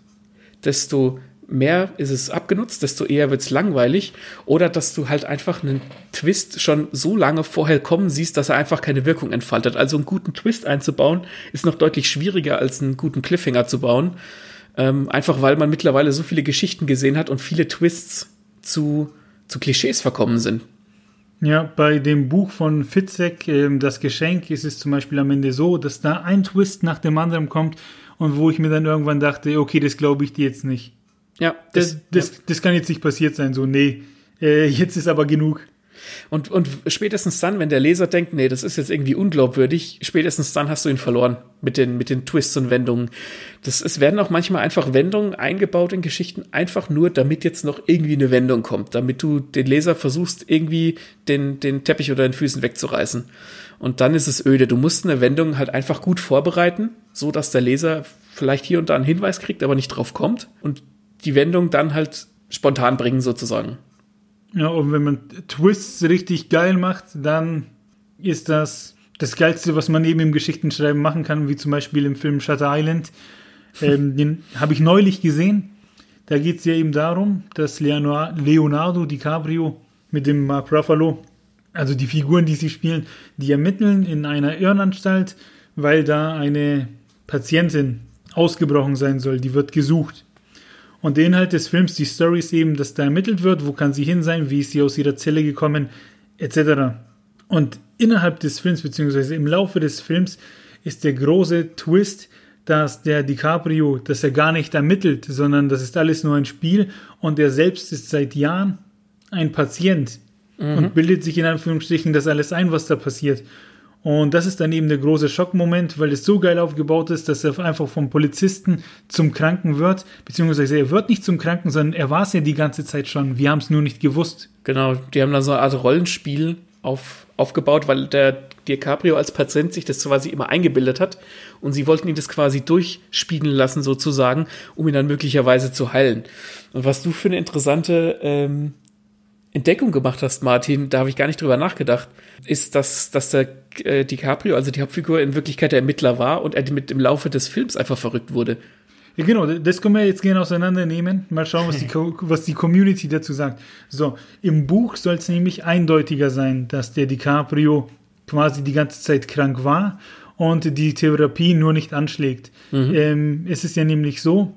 desto mehr ist es abgenutzt, desto eher wird es langweilig, oder dass du halt einfach einen Twist schon so lange vorher kommen siehst, dass er einfach keine Wirkung entfaltet. Also einen guten Twist einzubauen, ist noch deutlich schwieriger als einen guten Cliffhanger zu bauen, ähm, einfach weil man mittlerweile so viele Geschichten gesehen hat und viele Twists zu, zu Klischees verkommen sind. Ja, bei dem Buch von Fitzek, äh, Das Geschenk, ist es zum Beispiel am Ende so, dass da ein Twist nach dem anderen kommt und wo ich mir dann irgendwann dachte, okay, das glaube ich dir jetzt nicht. Ja, das, das, ja. das kann jetzt nicht passiert sein, so, nee, äh, jetzt ist aber genug. Und, und spätestens dann, wenn der Leser denkt, nee, das ist jetzt irgendwie unglaubwürdig, spätestens dann hast du ihn verloren mit den, mit den Twists und Wendungen. Das, es werden auch manchmal einfach Wendungen eingebaut in Geschichten, einfach nur, damit jetzt noch irgendwie eine Wendung kommt, damit du den Leser versuchst, irgendwie den, den Teppich unter den Füßen wegzureißen. Und dann ist es öde. Du musst eine Wendung halt einfach gut vorbereiten, so dass der Leser vielleicht hier und da einen Hinweis kriegt, aber nicht drauf kommt. Und die Wendung dann halt spontan bringen, sozusagen. Ja, und wenn man Twists richtig geil macht, dann ist das das Geilste, was man eben im Geschichtenschreiben machen kann, wie zum Beispiel im Film Shutter Island. Ähm, den habe ich neulich gesehen. Da geht es ja eben darum, dass Leonardo DiCaprio mit dem Mark Ruffalo, also die Figuren, die sie spielen, die ermitteln in einer Irrenanstalt, weil da eine Patientin ausgebrochen sein soll. Die wird gesucht. Und der Inhalt des Films, die Story ist eben, dass da ermittelt wird, wo kann sie hin sein, wie ist sie aus ihrer Zelle gekommen, et cetera. Und innerhalb des Films, beziehungsweise im Laufe des Films, ist der große Twist, dass der DiCaprio, dass er gar nicht ermittelt, sondern das ist alles nur ein Spiel und er selbst ist seit Jahren ein Patient mhm. und bildet sich in Anführungsstrichen das alles ein, was da passiert. Und das ist dann eben der große Schockmoment, weil es so geil aufgebaut ist, dass er einfach vom Polizisten zum Kranken wird, beziehungsweise er wird nicht zum Kranken, sondern er war es ja die ganze Zeit schon. Wir haben es nur nicht gewusst. Genau, die haben dann so eine Art Rollenspiel auf, aufgebaut, weil der DiCaprio als Patient sich das quasi immer eingebildet hat und sie wollten ihn das quasi durchspielen lassen sozusagen, um ihn dann möglicherweise zu heilen. Und was du für eine interessante ähm, Entdeckung gemacht hast, Martin, da habe ich gar nicht drüber nachgedacht, ist, dass, dass der äh, DiCaprio, also die Hauptfigur, in Wirklichkeit der Ermittler war und er mit im Laufe des Films einfach verrückt wurde. Ja, genau, das können wir jetzt gerne auseinandernehmen. Mal schauen, was die, was die Community dazu sagt. So, im Buch soll es nämlich eindeutiger sein, dass der DiCaprio quasi die ganze Zeit krank war und die Therapie nur nicht anschlägt. Mhm. Ähm, es ist ja nämlich so,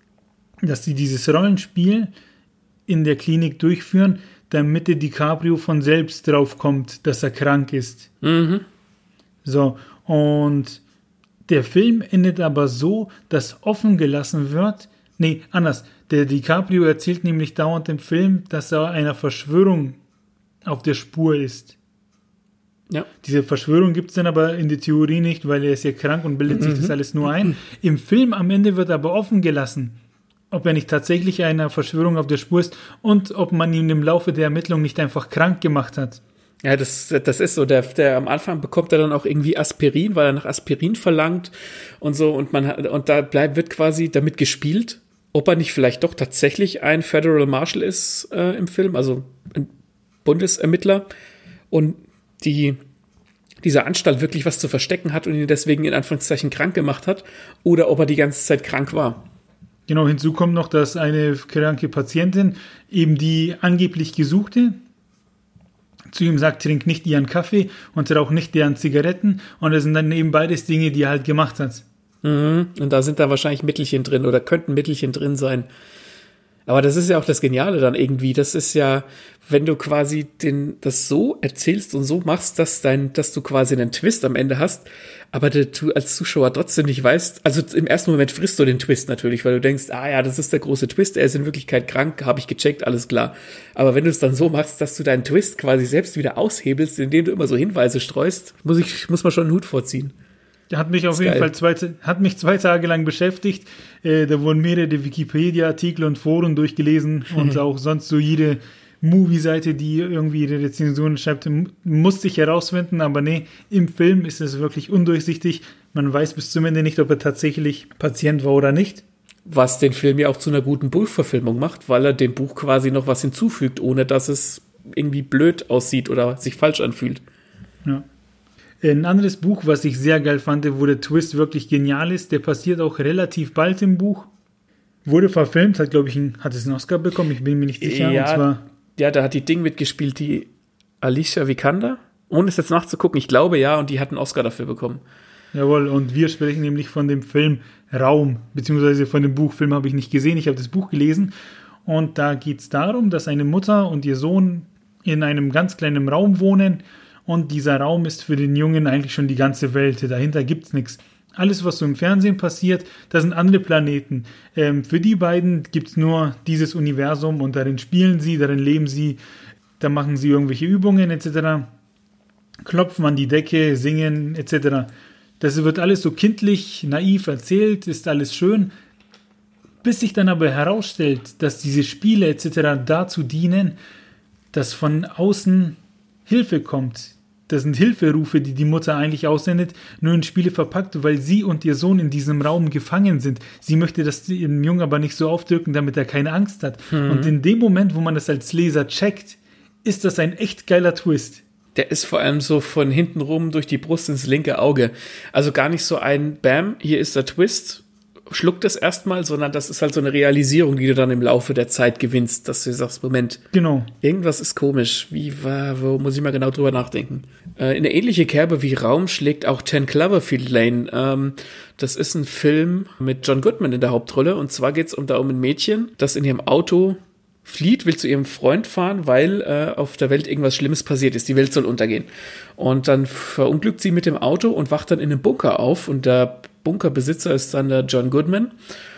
dass sie dieses Rollenspiel in der Klinik durchführen, damit der DiCaprio von selbst drauf kommt, dass er krank ist. Mhm. So, und der Film endet aber so, dass offen gelassen wird, nee, anders, der DiCaprio erzählt nämlich dauernd im Film, dass er einer Verschwörung auf der Spur ist. Ja. Diese Verschwörung gibt es dann aber in der Theorie nicht, weil er ist ja krank und bildet mhm. sich das alles nur ein. Im Film am Ende wird aber offen gelassen, ob er nicht tatsächlich einer Verschwörung auf der Spur ist und ob man ihn im Laufe der Ermittlung nicht einfach krank gemacht hat. Ja, das, das ist so. Der, der am Anfang bekommt er dann auch irgendwie Aspirin, weil er nach Aspirin verlangt und so. Und man und da bleibt wird quasi damit gespielt, ob er nicht vielleicht doch tatsächlich ein Federal Marshal ist äh, im Film, also ein Bundesermittler und die diese Anstalt wirklich was zu verstecken hat und ihn deswegen in Anführungszeichen krank gemacht hat oder ob er die ganze Zeit krank war. Genau, hinzu kommt noch, dass eine kranke Patientin, eben die angeblich Gesuchte, zu ihm sagt, trink nicht ihren Kaffee und rauch nicht deren Zigaretten. Und das sind dann eben beides Dinge, die er halt gemacht hat. Mhm. Und da sind da wahrscheinlich Mittelchen drin oder könnten Mittelchen drin sein. Aber das ist ja auch das Geniale dann irgendwie. Das ist ja, wenn du quasi den, das so erzählst und so machst, dass dein, dass du quasi einen Twist am Ende hast, aber du als Zuschauer trotzdem nicht weißt, also im ersten Moment frisst du den Twist natürlich, weil du denkst, ah ja, das ist der große Twist, er ist in Wirklichkeit krank, habe ich gecheckt, alles klar. Aber wenn du es dann so machst, dass du deinen Twist quasi selbst wieder aushebelst, indem du immer so Hinweise streust, muss ich, muss man schon einen Hut vorziehen. Hat mich auf jeden Fall zwei, hat mich zwei Tage lang beschäftigt. Äh, da wurden mehrere Wikipedia-Artikel und Foren durchgelesen und auch sonst so jede Movie-Seite, die irgendwie ihre Rezensionen schreibt, musste ich herausfinden. Aber nee, im Film ist es wirklich undurchsichtig. Man weiß bis zum Ende nicht, ob er tatsächlich Patient war oder nicht. Was den Film ja auch zu einer guten Buchverfilmung macht, weil er dem Buch quasi noch was hinzufügt, ohne dass es irgendwie blöd aussieht oder sich falsch anfühlt. Ja. Ein anderes Buch, was ich sehr geil fand, wo der Twist wirklich genial ist, der passiert auch relativ bald im Buch. Wurde verfilmt, hat, glaube ich, ein, hat es einen Oscar bekommen, ich bin mir nicht sicher. Ja, und zwar, ja, da hat die Ding mitgespielt, die Alicia Vikander. Ohne es jetzt nachzugucken, ich glaube ja, und die hat einen Oscar dafür bekommen. Jawohl, und wir sprechen nämlich von dem Film Raum, beziehungsweise von dem Buch. Film habe ich nicht gesehen, ich habe das Buch gelesen. Und da geht es darum, dass eine Mutter und ihr Sohn in einem ganz kleinen Raum wohnen. Und dieser Raum ist für den Jungen eigentlich schon die ganze Welt. Dahinter gibt es nichts. Alles, was so im Fernsehen passiert, das sind andere Planeten. Ähm, für die beiden gibt es nur dieses Universum und darin spielen sie, darin leben sie, da machen sie irgendwelche Übungen et cetera. Klopfen an die Decke, singen et cetera. Das wird alles so kindlich, naiv erzählt, ist alles schön. Bis sich dann aber herausstellt, dass diese Spiele et cetera dazu dienen, dass von außen Hilfe kommt. Das sind Hilferufe, die die Mutter eigentlich aussendet, nur in Spiele verpackt, weil sie und ihr Sohn in diesem Raum gefangen sind. Sie möchte das ihrem Jungen aber nicht so aufdrücken, damit er keine Angst hat. Mhm. Und in dem Moment, wo man das als Leser checkt, ist das ein echt geiler Twist. Der ist vor allem so von hinten rum durch die Brust ins linke Auge. Also gar nicht so ein Bam, hier ist der Twist, schluckt das erstmal, sondern das ist halt so eine Realisierung, die du dann im Laufe der Zeit gewinnst, dass du sagst, Moment, genau, irgendwas ist komisch, wie war, wo muss ich mal genau drüber nachdenken. Äh, in eine ähnliche Kerbe wie Raum schlägt auch Ten Cloverfield Lane. Ähm, das ist ein Film mit John Goodman in der Hauptrolle und zwar geht es um da um ein Mädchen, das in ihrem Auto flieht, will zu ihrem Freund fahren, weil äh, auf der Welt irgendwas Schlimmes passiert ist. Die Welt soll untergehen. Und dann verunglückt sie mit dem Auto und wacht dann in einem Bunker auf und der Bunkerbesitzer ist dann der John Goodman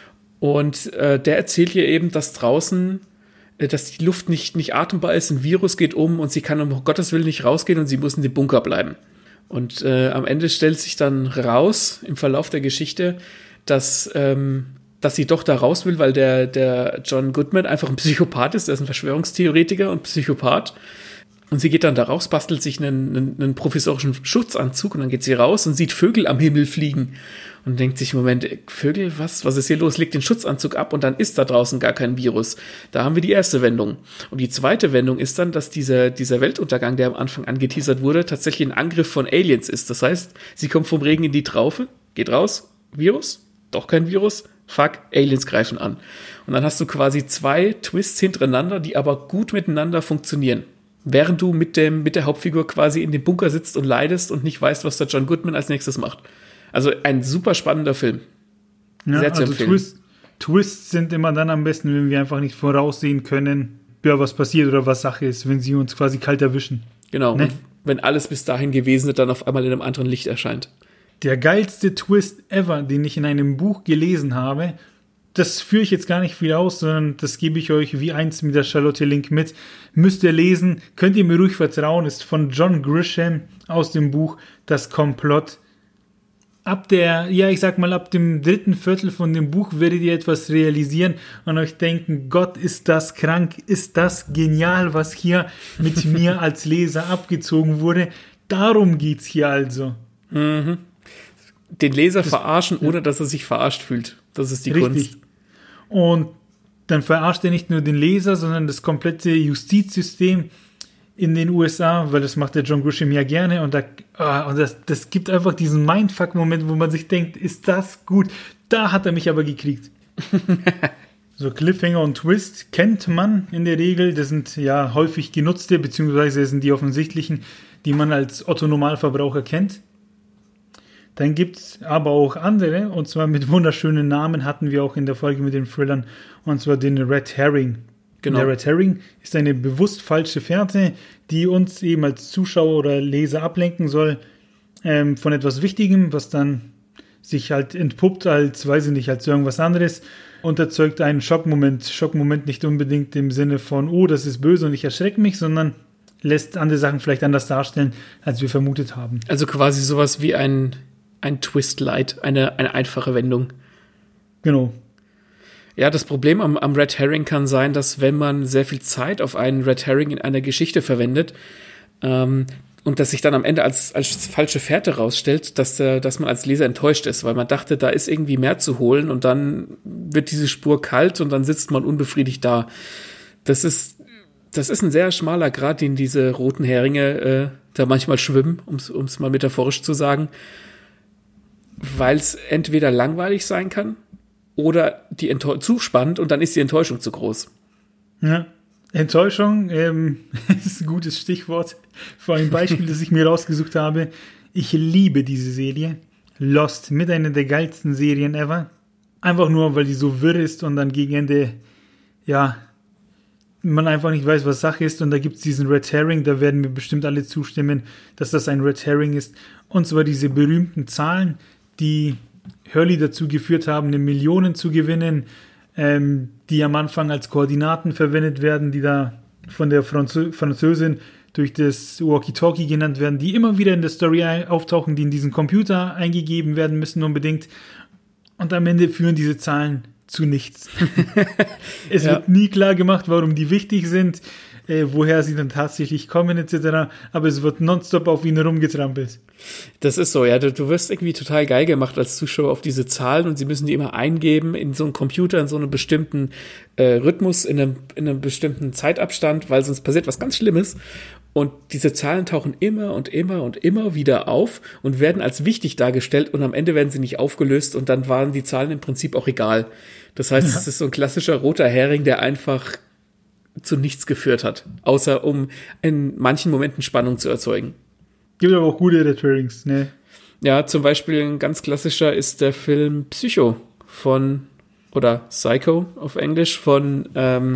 und äh, der erzählt ihr eben, dass draußen, äh, dass die Luft nicht, nicht atembar ist, ein Virus geht um und sie kann um Gottes Willen nicht rausgehen und sie muss in dem Bunker bleiben. Und äh, am Ende stellt sich dann raus, im Verlauf der Geschichte, dass, ähm, dass sie doch da raus will, weil der, der John Goodman einfach ein Psychopath ist, der ist ein Verschwörungstheoretiker und Psychopath. Und sie geht dann da raus, bastelt sich einen, einen, einen provisorischen Schutzanzug und dann geht sie raus und sieht Vögel am Himmel fliegen und denkt sich, Moment, Vögel, was, was ist hier los? Legt den Schutzanzug ab und dann ist da draußen gar kein Virus. Da haben wir die erste Wendung. Und die zweite Wendung ist dann, dass dieser, dieser Weltuntergang, der am Anfang angeteasert wurde, tatsächlich ein Angriff von Aliens ist. Das heißt, sie kommt vom Regen in die Traufe, geht raus, Virus, doch kein Virus, fuck, Aliens greifen an. Und dann hast du quasi zwei Twists hintereinander, die aber gut miteinander funktionieren. Während du mit, dem, mit der Hauptfigur quasi in dem Bunker sitzt und leidest und nicht weißt, was der John Goodman als nächstes macht. Also ein super spannender Film. Ja, Sehr zu also empfehlen. Twist, Twists sind immer dann am besten, wenn wir einfach nicht voraussehen können, ja, was passiert oder was Sache ist, wenn sie uns quasi kalt erwischen. Genau, ne? Und wenn alles bis dahin gewesen ist, dann auf einmal in einem anderen Licht erscheint. Der geilste Twist ever, den ich in einem Buch gelesen habe, das führe ich jetzt gar nicht viel aus, sondern das gebe ich euch wie eins mit der Charlotte Link mit. Müsst ihr lesen, könnt ihr mir ruhig vertrauen, ist von John Grisham aus dem Buch Das Komplott. Ab der, ja, ich sag mal, ab dem dritten Viertel von dem Buch werdet ihr etwas realisieren und euch denken, Gott, ist das krank, ist das genial, was hier mit mir als Leser abgezogen wurde. Darum geht's hier also. Mhm. Den Leser das, verarschen, ja. ohne dass er sich verarscht fühlt. Das ist die Richtig. Kunst. Und dann verarscht er nicht nur den Leser, sondern das komplette Justizsystem in den U S A, weil das macht der John Grisham ja gerne. Und, da, ah, und das, das gibt einfach diesen Mindfuck-Moment, wo man sich denkt, ist das gut? Da hat er mich aber gekriegt. So Cliffhanger und Twist kennt man in der Regel. Das sind ja häufig genutzte, beziehungsweise sind die offensichtlichen, die man als Otto-Normalverbraucher kennt. Dann gibt es aber auch andere, und zwar mit wunderschönen Namen hatten wir auch in der Folge mit den Thrillern, und zwar den Red Herring. Genau. Der Red Herring ist eine bewusst falsche Fährte, die uns eben als Zuschauer oder Leser ablenken soll ähm, von etwas Wichtigem, was dann sich halt entpuppt als, weiß ich nicht, als irgendwas anderes und erzeugt einen Schockmoment. Schockmoment nicht unbedingt im Sinne von, oh, das ist böse und ich erschrecke mich, sondern lässt andere Sachen vielleicht anders darstellen, als wir vermutet haben. Also quasi sowas wie ein, ein Twist-Light, eine, eine einfache Wendung. Genau. Ja, das Problem am, am Red Herring kann sein, dass wenn man sehr viel Zeit auf einen Red Herring in einer Geschichte verwendet, ähm, und dass sich dann am Ende als, als falsche Fährte rausstellt, dass, der, dass man als Leser enttäuscht ist, weil man dachte, da ist irgendwie mehr zu holen und dann wird diese Spur kalt und dann sitzt man unbefriedigt da. Das ist, das ist ein sehr schmaler Grat, den diese roten Heringe äh, da manchmal schwimmen, um es mal metaphorisch zu sagen, weil es entweder langweilig sein kann oder die Enttäu- zu spannend und dann ist die Enttäuschung zu groß. Ja. Enttäuschung ähm, ist ein gutes Stichwort für ein Beispiel, das ich mir rausgesucht habe. Ich liebe diese Serie. Lost, mit einer der geilsten Serien ever. Einfach nur, weil die so wirr ist und dann gegen Ende, ja, man einfach nicht weiß, was Sache ist. Und da gibt es diesen Red Herring, da werden mir bestimmt alle zustimmen, dass das ein Red Herring ist. Und zwar diese berühmten Zahlen, die Hurley dazu geführt haben, eine Million zu gewinnen, ähm, die am Anfang als Koordinaten verwendet werden, die da von der Franzö- Französin durch das Walkie-Talkie genannt werden, die immer wieder in der Story auftauchen, die in diesen Computer eingegeben werden müssen unbedingt. Und am Ende führen diese Zahlen zu nichts. Es ja. wird nie klar gemacht, warum die wichtig sind, äh, woher sie dann tatsächlich kommen et cetera. Aber es wird nonstop auf ihnen rumgetrampelt. Das ist so, ja. Du, du wirst irgendwie total geil gemacht als Zuschauer auf diese Zahlen und sie müssen die immer eingeben in so einen Computer, in so einem bestimmten äh, Rhythmus, in einem, in einem bestimmten Zeitabstand, weil sonst passiert was ganz Schlimmes. Und diese Zahlen tauchen immer und immer und immer wieder auf und werden als wichtig dargestellt und am Ende werden sie nicht aufgelöst und dann waren die Zahlen im Prinzip auch egal. Das heißt, ja. es ist so ein klassischer roter Hering, der einfach zu nichts geführt hat, außer um in manchen Momenten Spannung zu erzeugen. Gibt aber auch gute Red Herrings, ne? Ja, zum Beispiel ein ganz klassischer ist der Film Psycho von, oder Psycho auf Englisch von, ähm,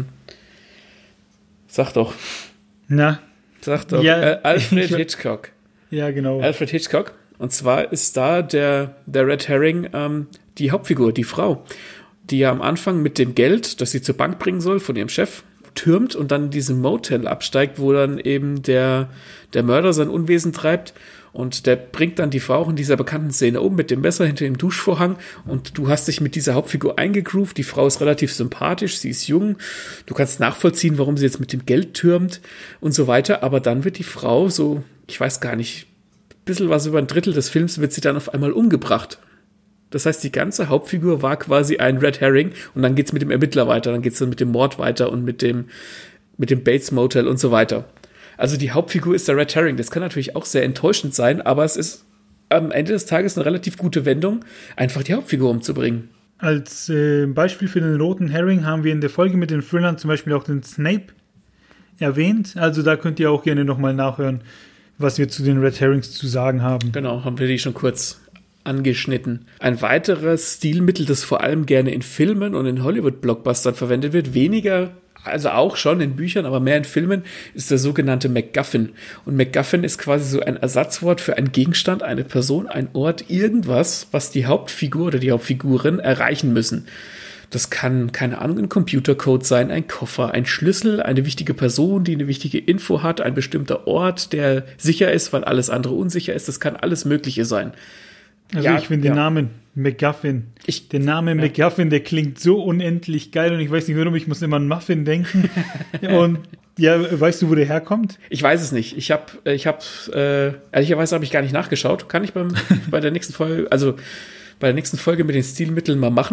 sag doch. Na? Sag doch, ja, äh, Alfred Hitchcock. Ja, genau. Alfred Hitchcock. Und zwar ist da der, der Red Herring ähm, die Hauptfigur, die Frau, die ja am Anfang mit dem Geld, das sie zur Bank bringen soll, von ihrem Chef, türmt und dann in diesem Motel absteigt, wo dann eben der, der Mörder sein Unwesen treibt und der bringt dann die Frau auch in dieser bekannten Szene um mit dem Messer hinter dem Duschvorhang und du hast dich mit dieser Hauptfigur eingegroovt, die Frau ist relativ sympathisch, sie ist jung, du kannst nachvollziehen, warum sie jetzt mit dem Geld türmt und so weiter, aber dann wird die Frau so, ich weiß gar nicht, ein bisschen was über ein Drittel des Films wird sie dann auf einmal umgebracht. Das heißt, die ganze Hauptfigur war quasi ein Red Herring und dann geht's mit dem Ermittler weiter, dann geht's dann mit dem Mord weiter und mit dem, mit dem Bates Motel und so weiter. Also die Hauptfigur ist der Red Herring. Das kann natürlich auch sehr enttäuschend sein, aber es ist am Ende des Tages eine relativ gute Wendung, einfach die Hauptfigur umzubringen. Als äh, Beispiel für den roten Herring haben wir in der Folge mit den Thrillern zum Beispiel auch den Snape erwähnt. Also da könnt ihr auch gerne nochmal nachhören, was wir zu den Red Herrings zu sagen haben. Genau, haben wir die schon kurz angeschnitten. Ein weiteres Stilmittel, das vor allem gerne in Filmen und in Hollywood-Blockbustern verwendet wird, weniger, also auch schon in Büchern, aber mehr in Filmen, ist der sogenannte MacGuffin. Und MacGuffin ist quasi so ein Ersatzwort für einen Gegenstand, eine Person, ein Ort, irgendwas, was die Hauptfigur oder die Hauptfiguren erreichen müssen. Das kann, keine Ahnung, ein Computercode sein, ein Koffer, ein Schlüssel, eine wichtige Person, die eine wichtige Info hat, ein bestimmter Ort, der sicher ist, weil alles andere unsicher ist. Das kann alles Mögliche sein. Also ja, ich finde ja. den Namen MacGuffin. Ich, der Name ja. MacGuffin, der klingt so unendlich geil und ich weiß nicht warum, ich muss immer an Muffin denken. Und ja, weißt du, wo der herkommt? Ich weiß es nicht. Ich habe, ich habe, äh, ehrlicherweise habe ich gar nicht nachgeschaut. Kann ich beim, bei der nächsten Folge, also bei der nächsten Folge mit den Stilmitteln mal machen.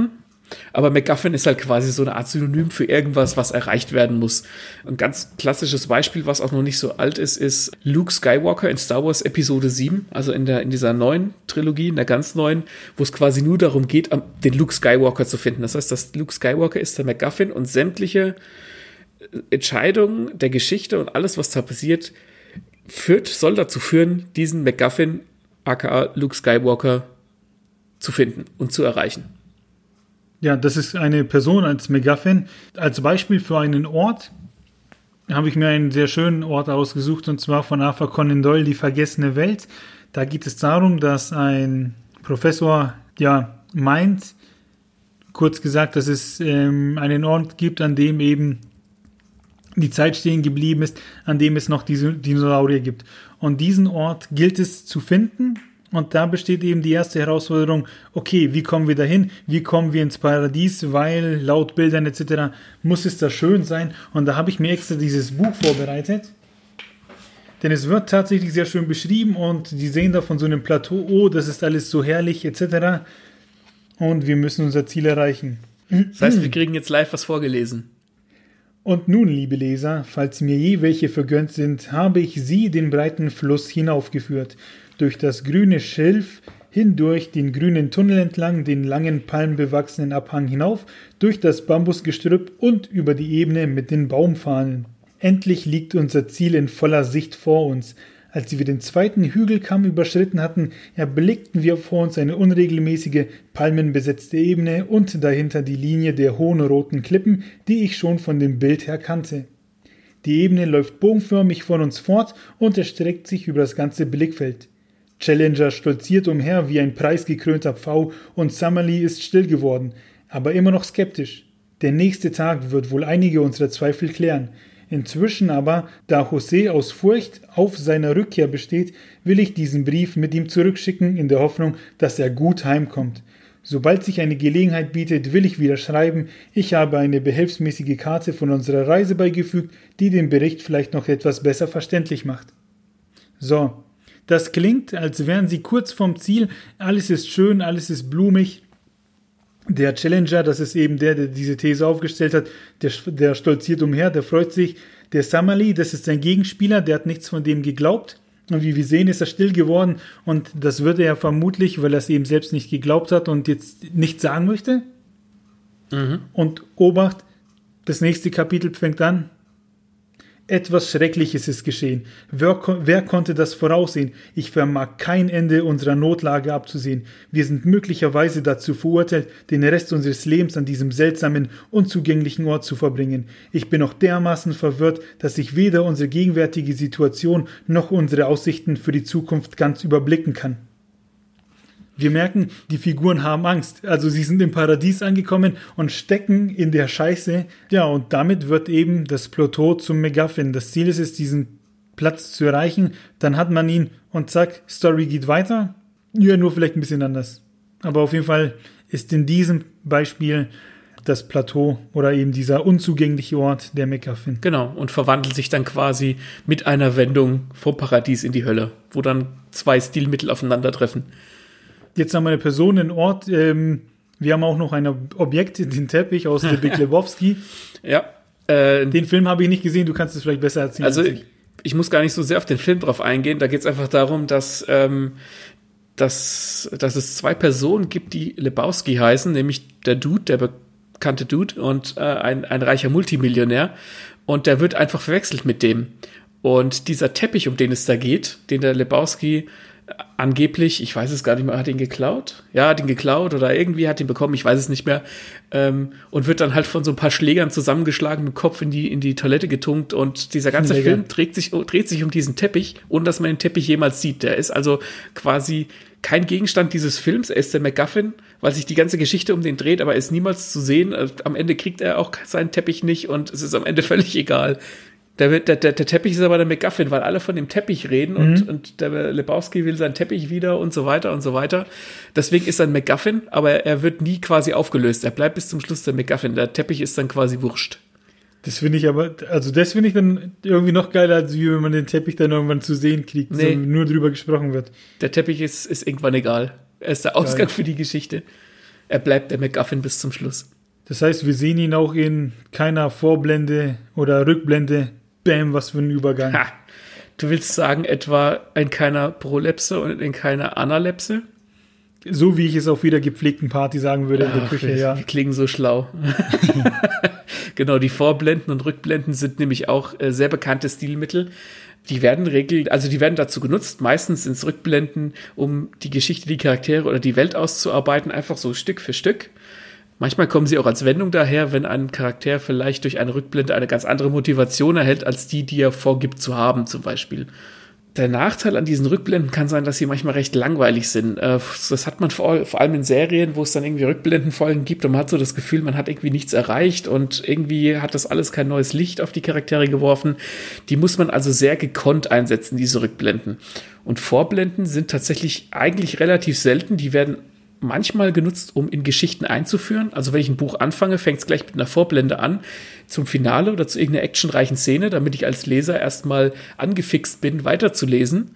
Aber MacGuffin ist halt quasi so eine Art Synonym für irgendwas, was erreicht werden muss. Ein ganz klassisches Beispiel, was auch noch nicht so alt ist, ist Luke Skywalker in Star Wars Episode sieben, also in der in dieser neuen Trilogie, in der ganz neuen, wo es quasi nur darum geht, den Luke Skywalker zu finden. Das heißt, das Luke Skywalker ist der MacGuffin und sämtliche Entscheidungen der Geschichte und alles, was da passiert, führt, soll dazu führen, diesen MacGuffin, aka Luke Skywalker, zu finden und zu erreichen. Ja, das ist eine Person als MacGuffin. Als Beispiel für einen Ort habe ich mir einen sehr schönen Ort ausgesucht, und zwar von Arthur Conan Doyle, Die vergessene Welt. Da geht es darum, dass ein Professor ja meint, kurz gesagt, dass es ähm, einen Ort gibt, an dem eben die Zeit stehen geblieben ist, an dem es noch diese Dinosaurier gibt. Und diesen Ort gilt es zu finden. Und da besteht eben die erste Herausforderung, okay, wie kommen wir dahin? Wie kommen wir ins Paradies? Weil laut Bildern et cetera muss es da schön sein. Und da habe ich mir extra dieses Buch vorbereitet. Denn es wird tatsächlich sehr schön beschrieben und die sehen da von so einem Plateau, oh, das ist alles so herrlich et cetera. Und wir müssen unser Ziel erreichen. Das heißt, wir kriegen jetzt live was vorgelesen. Und nun, liebe Leser, falls mir je welche vergönnt sind, habe ich Sie den breiten Fluss hinaufgeführt, durch das grüne Schilf, hindurch den grünen Tunnel entlang, den langen palmbewachsenen Abhang hinauf, durch das Bambusgestrüpp und über die Ebene mit den Baumfahnen. Endlich liegt unser Ziel in voller Sicht vor uns. Als wir den zweiten Hügelkamm überschritten hatten, erblickten wir vor uns eine unregelmäßige, palmenbesetzte Ebene und dahinter die Linie der hohen roten Klippen, die ich schon von dem Bild her kannte. Die Ebene läuft bogenförmig von uns fort und erstreckt sich über das ganze Blickfeld. Challenger stolziert umher wie ein preisgekrönter Pfau und Summerlee ist still geworden, aber immer noch skeptisch. Der nächste Tag wird wohl einige unserer Zweifel klären. Inzwischen aber, da José aus Furcht auf seiner Rückkehr besteht, will ich diesen Brief mit ihm zurückschicken, in der Hoffnung, dass er gut heimkommt. Sobald sich eine Gelegenheit bietet, will ich wieder schreiben. Ich habe eine behelfsmäßige Karte von unserer Reise beigefügt, die den Bericht vielleicht noch etwas besser verständlich macht. So, das klingt, als wären sie kurz vorm Ziel. Alles ist schön, alles ist blumig. Der Challenger, das ist eben der, der diese These aufgestellt hat, der, der stolziert umher, der freut sich. Der Summerlee, das ist sein Gegenspieler, der hat nichts von dem geglaubt. Und wie wir sehen, ist er still geworden. Und das würde er vermutlich, weil er es eben selbst nicht geglaubt hat und jetzt nichts sagen möchte. Mhm. Und Obacht, das nächste Kapitel fängt an. Etwas Schreckliches ist geschehen. Wer, wer konnte das voraussehen? Ich vermag kein Ende unserer Notlage abzusehen. Wir sind möglicherweise dazu verurteilt, den Rest unseres Lebens an diesem seltsamen, unzugänglichen Ort zu verbringen. Ich bin noch dermaßen verwirrt, dass ich weder unsere gegenwärtige Situation noch unsere Aussichten für die Zukunft ganz überblicken kann. Wir merken, die Figuren haben Angst. Also sie sind im Paradies angekommen und stecken in der Scheiße. Ja, und damit wird eben das Plateau zum MacGuffin. Das Ziel ist es, diesen Platz zu erreichen. Dann hat man ihn und zack, Story geht weiter. Ja, nur vielleicht ein bisschen anders. Aber auf jeden Fall ist in diesem Beispiel das Plateau oder eben dieser unzugängliche Ort der MacGuffin. Genau, und verwandelt sich dann quasi mit einer Wendung vom Paradies in die Hölle, wo dann zwei Stilmittel aufeinandertreffen. Jetzt haben wir eine Person, einen Ort. Ähm, wir haben auch noch ein Objekt, den Teppich aus The Big Lebowski. Ja. Äh, den Film habe ich nicht gesehen, du kannst es vielleicht besser erzählen. Also ich, ich muss gar nicht so sehr auf den Film drauf eingehen. Da geht es einfach darum, dass, ähm, dass, dass es zwei Personen gibt, die Lebowski heißen, nämlich der Dude, der bekannte Dude und äh, ein, ein reicher Multimillionär. Und der wird einfach verwechselt mit dem. Und dieser Teppich, um den es da geht, den der Lebowski angeblich, ich weiß es gar nicht mehr, hat ihn geklaut? Ja, hat ihn geklaut oder irgendwie hat ihn bekommen, ich weiß es nicht mehr. Ähm, und wird dann halt von so ein paar Schlägern zusammengeschlagen, mit dem Kopf in die, in die Toilette getunkt und dieser ganze Mega. Film dreht sich, dreht sich um diesen Teppich, ohne dass man den Teppich jemals sieht. Der ist also quasi kein Gegenstand dieses Films, er ist der MacGuffin, weil sich die ganze Geschichte um den dreht, aber er ist niemals zu sehen. Am Ende kriegt er auch seinen Teppich nicht und es ist am Ende völlig egal. Der, der, der, der Teppich ist aber der MacGuffin, weil alle von dem Teppich reden und, mhm. und der Lebowski will seinen Teppich wieder und so weiter und so weiter. Deswegen ist er ein MacGuffin, aber er wird nie quasi aufgelöst. Er bleibt bis zum Schluss der MacGuffin. Der Teppich ist dann quasi wurscht. Das finde ich aber, also das finde ich dann irgendwie noch geiler, als wie wenn man den Teppich dann irgendwann zu sehen kriegt, nee. so nur drüber gesprochen wird. Der Teppich ist, ist irgendwann egal. Er ist der Ausgang Geil. für die Geschichte. er bleibt der MacGuffin bis zum Schluss. Das heißt, wir sehen ihn auch in keiner Vorblende oder Rückblende. Bam, was für ein Übergang. Ha. Du willst sagen, etwa in keiner Prolepse und in keiner Analepse? So wie ich es auf jeder gepflegten Party sagen würde in der Ach, Küche, wir, ja. Wir klingen so schlau. Genau, die Vorblenden und Rückblenden sind nämlich auch äh, sehr bekannte Stilmittel. Die werden regel, also die werden dazu genutzt, meistens ins Rückblenden, um die Geschichte, die Charaktere oder die Welt auszuarbeiten, einfach so Stück für Stück. Manchmal kommen sie auch als Wendung daher, wenn ein Charakter vielleicht durch eine Rückblende eine ganz andere Motivation erhält, als die, die er vorgibt zu haben, zum Beispiel. Der Nachteil an diesen Rückblenden kann sein, dass sie manchmal recht langweilig sind. Das hat man vor, vor allem in Serien, wo es dann irgendwie Rückblendenfolgen gibt und man hat so das Gefühl, man hat irgendwie nichts erreicht und irgendwie hat das alles kein neues Licht auf die Charaktere geworfen. Die muss man also sehr gekonnt einsetzen, diese Rückblenden. Und Vorblenden sind tatsächlich eigentlich relativ selten. Die werden manchmal genutzt, um in Geschichten einzuführen. Also wenn ich ein Buch anfange, fängt es gleich mit einer Vorblende an zum Finale oder zu irgendeiner actionreichen Szene, damit ich als Leser erstmal angefixt bin, weiterzulesen.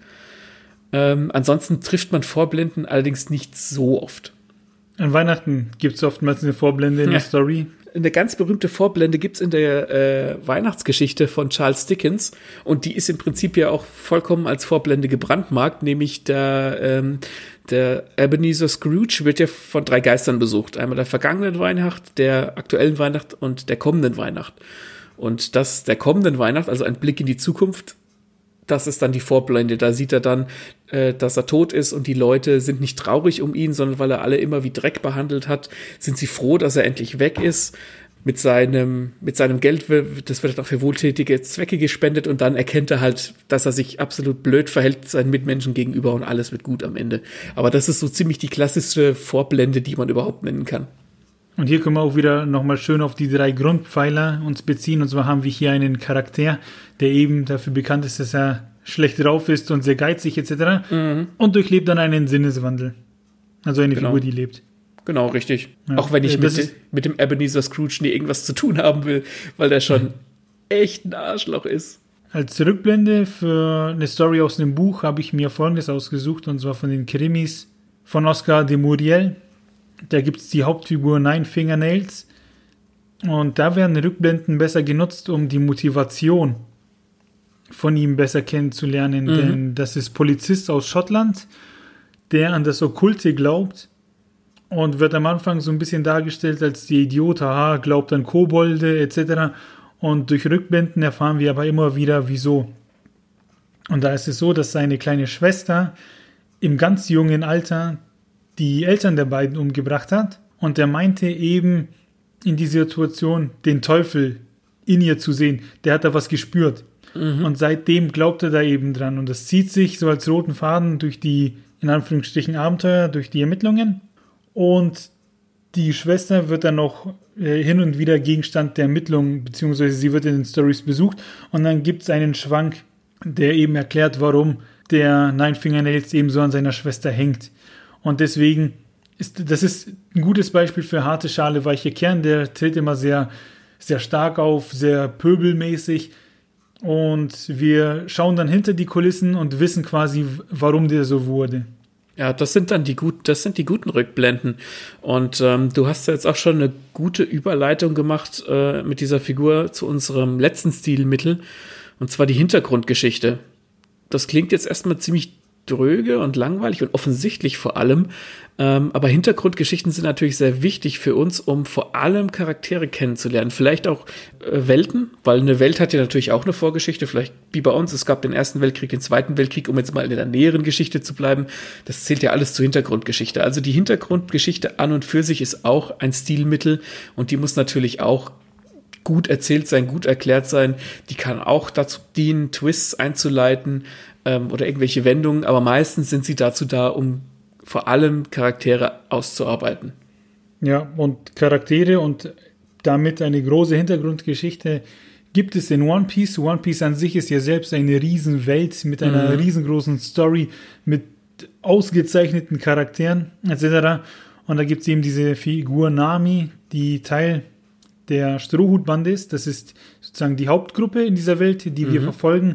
Ähm, ansonsten trifft man Vorblenden allerdings nicht so oft. An Weihnachten gibt es oftmals eine Vorblende in Ja. der Story. Eine ganz berühmte Vorblende gibt es in der äh, Weihnachtsgeschichte von Charles Dickens und die ist im Prinzip ja auch vollkommen als Vorblende gebrandmarkt, nämlich der, ähm, der Ebenezer Scrooge wird ja von drei Geistern besucht. Einmal der vergangenen Weihnacht, der aktuellen Weihnacht und der kommenden Weihnacht. Und das der kommenden Weihnacht, also ein Blick in die Zukunft, das ist dann die Vorblende. Da sieht er dann, äh, dass er tot ist und die Leute sind nicht traurig um ihn, sondern weil er alle immer wie Dreck behandelt hat, sind sie froh, dass er endlich weg ist. Mit seinem, mit seinem Geld, das wird auch für wohltätige Zwecke gespendet und dann erkennt er halt, dass er sich absolut blöd verhält seinen Mitmenschen gegenüber und alles wird gut am Ende. Aber das ist so ziemlich die klassische Vorblende, die man überhaupt nennen kann. Und hier können wir auch wieder nochmal schön auf die drei Grundpfeiler uns beziehen. Und zwar haben wir hier einen Charakter, der eben dafür bekannt ist, dass er schlecht drauf ist und sehr geizig et cetera. Mhm. Und durchlebt dann einen Sinneswandel. Also eine Genau. Figur, die lebt. Genau, richtig. Ja. Auch wenn ich Ja, mit, das ist- mit dem Ebenezer Scrooge nie irgendwas zu tun haben will, weil der schon echt ein Arschloch ist. Als Rückblende für eine Story aus einem Buch habe ich mir Folgendes ausgesucht, und zwar von den Krimis von Oscar de Muriel. Da gibt es die Hauptfigur Nine Fingernails. Und da werden Rückblenden besser genutzt, um die Motivation von ihm besser kennenzulernen. Mhm. Denn das ist Polizist aus Schottland, der an das Okkulte glaubt und wird am Anfang so ein bisschen dargestellt als der Idiot, haha, glaubt an Kobolde et cetera. Und durch Rückblenden erfahren wir aber immer wieder, wieso. Und da ist es so, dass seine kleine Schwester im ganz jungen Alter die Eltern der beiden umgebracht hat. Und er meinte eben in dieser Situation den Teufel in ihr zu sehen. Der hat da was gespürt. Mhm. Und seitdem glaubt er da eben dran. Und das zieht sich so als roten Faden durch die, in Anführungsstrichen, Abenteuer, durch die Ermittlungen. Und die Schwester wird dann noch äh, hin und wieder Gegenstand der Ermittlungen, beziehungsweise sie wird in den Stories besucht. Und dann gibt es einen Schwank, der eben erklärt, warum der Nine Fingernails eben so an seiner Schwester hängt. Und deswegen ist das ist ein gutes Beispiel für harte Schale, weiche Kern. Der tritt immer sehr, sehr stark auf, sehr pöbelmäßig. Und wir schauen dann hinter die Kulissen und wissen quasi, warum der so wurde. Ja, das sind dann die guten, das sind die guten Rückblenden. Und ähm, du hast ja jetzt auch schon eine gute Überleitung gemacht äh, mit dieser Figur zu unserem letzten Stilmittel, und zwar die Hintergrundgeschichte. Das klingt jetzt erstmal ziemlich dröge und langweilig und offensichtlich vor allem, ähm, aber Hintergrundgeschichten sind natürlich sehr wichtig für uns, um vor allem Charaktere kennenzulernen. Vielleicht auch äh, Welten, weil eine Welt hat ja natürlich auch eine Vorgeschichte, vielleicht wie bei uns, es gab den Ersten Weltkrieg, den Zweiten Weltkrieg, um jetzt mal in der näheren Geschichte zu bleiben, das zählt ja alles zur Hintergrundgeschichte. Also die Hintergrundgeschichte an und für sich ist auch ein Stilmittel und die muss natürlich auch gut erzählt sein, gut erklärt sein. Die kann auch dazu dienen, Twists einzuleiten ähm, oder irgendwelche Wendungen, aber meistens sind sie dazu da, um vor allem Charaktere auszuarbeiten. Ja, und Charaktere und damit eine große Hintergrundgeschichte gibt es in One Piece. One Piece an sich ist ja selbst eine Riesenwelt mit einer mhm. riesengroßen Story, mit ausgezeichneten Charakteren et cetera. Und da gibt es eben diese Figur Nami, die Teil der Strohhutbande ist. Das ist sozusagen die Hauptgruppe in dieser Welt, die wir mhm. verfolgen.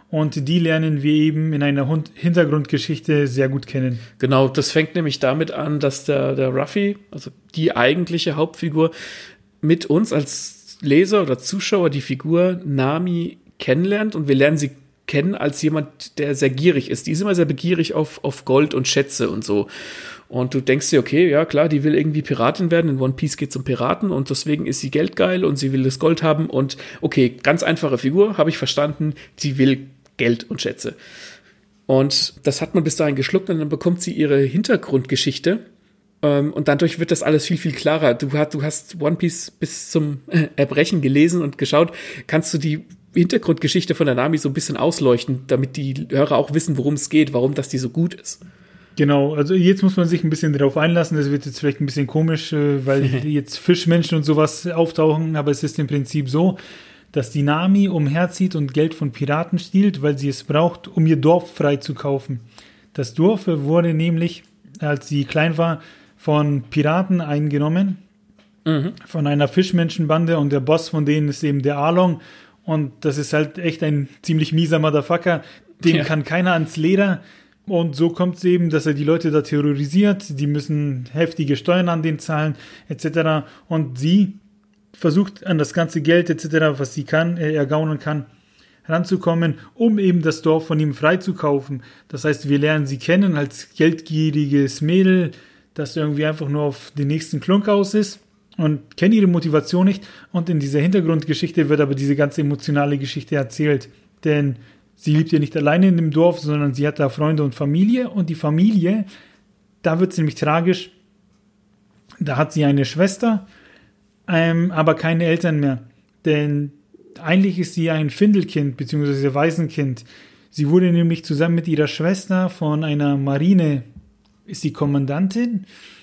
Und die lernen wir eben in einer Hund- Hintergrundgeschichte sehr gut kennen. Genau, das fängt nämlich damit an, dass der, der Ruffy, also die eigentliche Hauptfigur, mit uns als Leser oder Zuschauer die Figur Nami kennenlernt. Und wir lernen sie kennen als jemand, der sehr gierig ist. Die ist immer sehr begierig auf, auf Gold und Schätze und so. Und du denkst dir, okay, ja klar, die will irgendwie Piratin werden. In One Piece geht es um Piraten und deswegen ist sie geldgeil und sie will das Gold haben. Und okay, ganz einfache Figur, habe ich verstanden. Sie will Geld und Schätze. Und das hat man bis dahin geschluckt und dann bekommt sie ihre Hintergrundgeschichte. Ähm, und dadurch wird das alles viel, viel klarer. Du, hast, du hast One Piece bis zum Erbrechen gelesen und geschaut. Kannst du die Hintergrundgeschichte von der Nami so ein bisschen ausleuchten, damit die Hörer auch wissen, worum es geht, warum das die so gut ist? Genau, also jetzt muss man sich ein bisschen darauf einlassen. Das wird jetzt vielleicht ein bisschen komisch, weil jetzt Fischmenschen und sowas auftauchen. Aber es ist im Prinzip so, dass die Nami umherzieht und Geld von Piraten stiehlt, weil sie es braucht, um ihr Dorf freizukaufen. Das Dorf wurde nämlich, als sie klein war, von Piraten eingenommen, mhm. von einer Fischmenschenbande und der Boss von denen ist eben der Arlong und das ist halt echt ein ziemlich mieser Motherfucker, dem ja. kann keiner ans Leder und so kommt es eben, dass er die Leute da terrorisiert, die müssen heftige Steuern an den zahlen et cetera und sie versucht an das ganze Geld et cetera, was sie kann, äh, ergaunern kann, ranzukommen, um eben das Dorf von ihm freizukaufen. Das heißt, wir lernen sie kennen als geldgieriges Mädel, das irgendwie einfach nur auf den nächsten Klunk aus ist und kennen ihre Motivation nicht. Und in dieser Hintergrundgeschichte wird aber diese ganze emotionale Geschichte erzählt. Denn sie lebt ja nicht alleine in dem Dorf, sondern sie hat da Freunde und Familie. Und die Familie, da wird es nämlich tragisch. Da hat sie eine Schwester, ähm, aber keine Eltern mehr. Denn eigentlich ist sie ein Findelkind bzw. Waisenkind. Sie wurde nämlich zusammen mit ihrer Schwester von einer Marine, ist sie Kommandantin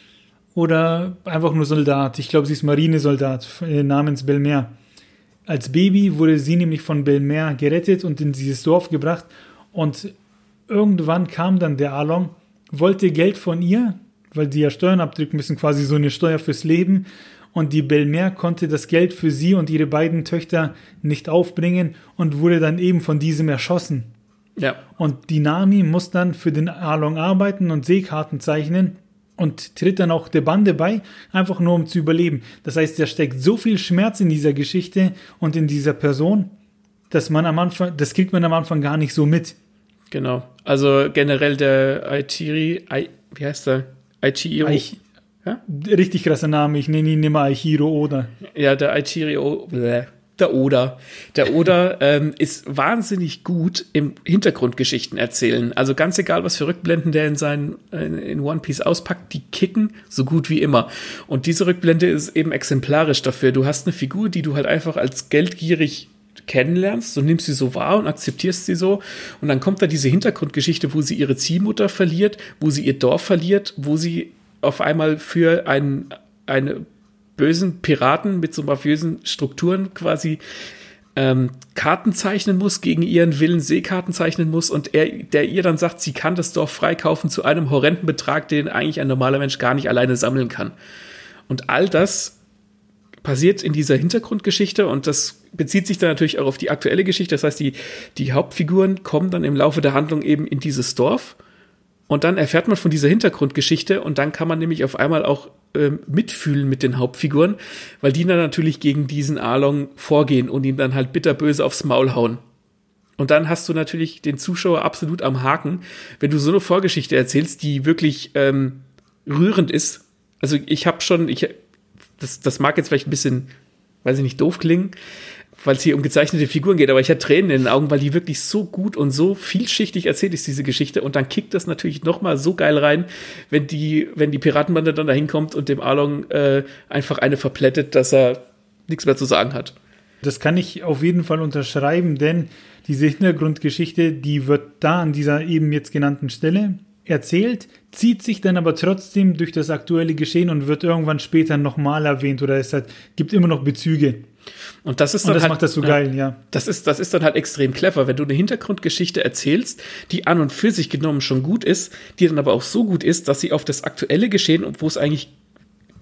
oder einfach nur Soldat? Ich glaube, sie ist Marinesoldat äh, namens Belmer. Als Baby wurde sie nämlich von Belmer gerettet und in dieses Dorf gebracht und irgendwann kam dann der Arlong, wollte Geld von ihr, weil sie ja Steuern abdrücken müssen, quasi so eine Steuer fürs Leben. Und die Belmer konnte das Geld für sie und ihre beiden Töchter nicht aufbringen und wurde dann eben von diesem erschossen. Ja. Und die Nami muss dann für den Arlong arbeiten und Seekarten zeichnen und tritt dann auch der Bande bei, einfach nur um zu überleben. Das heißt, da steckt so viel Schmerz in dieser Geschichte und in dieser Person, dass man am Anfang, das kriegt man am Anfang gar nicht so mit. Genau. Also generell der Aichiri, I, wie heißt der? Aichiro. Aich, ja? Richtig krasser Name, ich nenne ihn immer Aichiro Oda. Ja, der Aichiri Oda. Der Oda. Der Oda ähm, ist wahnsinnig gut im Hintergrundgeschichten erzählen. Also ganz egal, was für Rückblenden der in seinen in One Piece auspackt, die kicken so gut wie immer. Und diese Rückblende ist eben exemplarisch dafür. Du hast eine Figur, die du halt einfach als geldgierig kennenlernst, du nimmst sie so wahr und akzeptierst sie so. Und dann kommt da diese Hintergrundgeschichte, wo sie ihre Ziehmutter verliert, wo sie ihr Dorf verliert, wo sie auf einmal für einen eine bösen Piraten mit so mafiösen Strukturen quasi ähm, Karten zeichnen muss, gegen ihren Willen Seekarten zeichnen muss und er, der ihr dann sagt, sie kann das Dorf freikaufen zu einem horrenden Betrag, den eigentlich ein normaler Mensch gar nicht alleine sammeln kann. Und all das passiert in dieser Hintergrundgeschichte und das bezieht sich dann natürlich auch auf die aktuelle Geschichte. Das heißt, die, die Hauptfiguren kommen dann im Laufe der Handlung eben in dieses Dorf und dann erfährt man von dieser Hintergrundgeschichte und dann kann man nämlich auf einmal auch ähm, mitfühlen mit den Hauptfiguren, weil die dann natürlich gegen diesen Arlong vorgehen und ihm dann halt bitterböse aufs Maul hauen. Und dann hast du natürlich den Zuschauer absolut am Haken, wenn du so eine Vorgeschichte erzählst, die wirklich ähm, rührend ist. Also ich habe schon, ich, das, das mag jetzt vielleicht ein bisschen, weiß ich nicht, doof klingen, weil es hier um gezeichnete Figuren geht, aber ich hatte Tränen in den Augen, weil die wirklich so gut und so vielschichtig erzählt ist, diese Geschichte. Und dann kickt das natürlich nochmal so geil rein, wenn die, wenn die Piratenbande dann da hinkommt und dem Arlong äh, einfach eine verplättet, dass er nichts mehr zu sagen hat. Das kann ich auf jeden Fall unterschreiben, denn diese Hintergrundgeschichte, die wird da an dieser eben jetzt genannten Stelle erzählt, zieht sich dann aber trotzdem durch das aktuelle Geschehen und wird irgendwann später nochmal erwähnt oder es hat, gibt immer noch Bezüge. Und das ist dann und das halt, macht das so geil, ja. Das ist, das ist dann halt extrem clever, wenn du eine Hintergrundgeschichte erzählst, die an und für sich genommen schon gut ist, die dann aber auch so gut ist, dass sie auf das aktuelle Geschehen, wo es eigentlich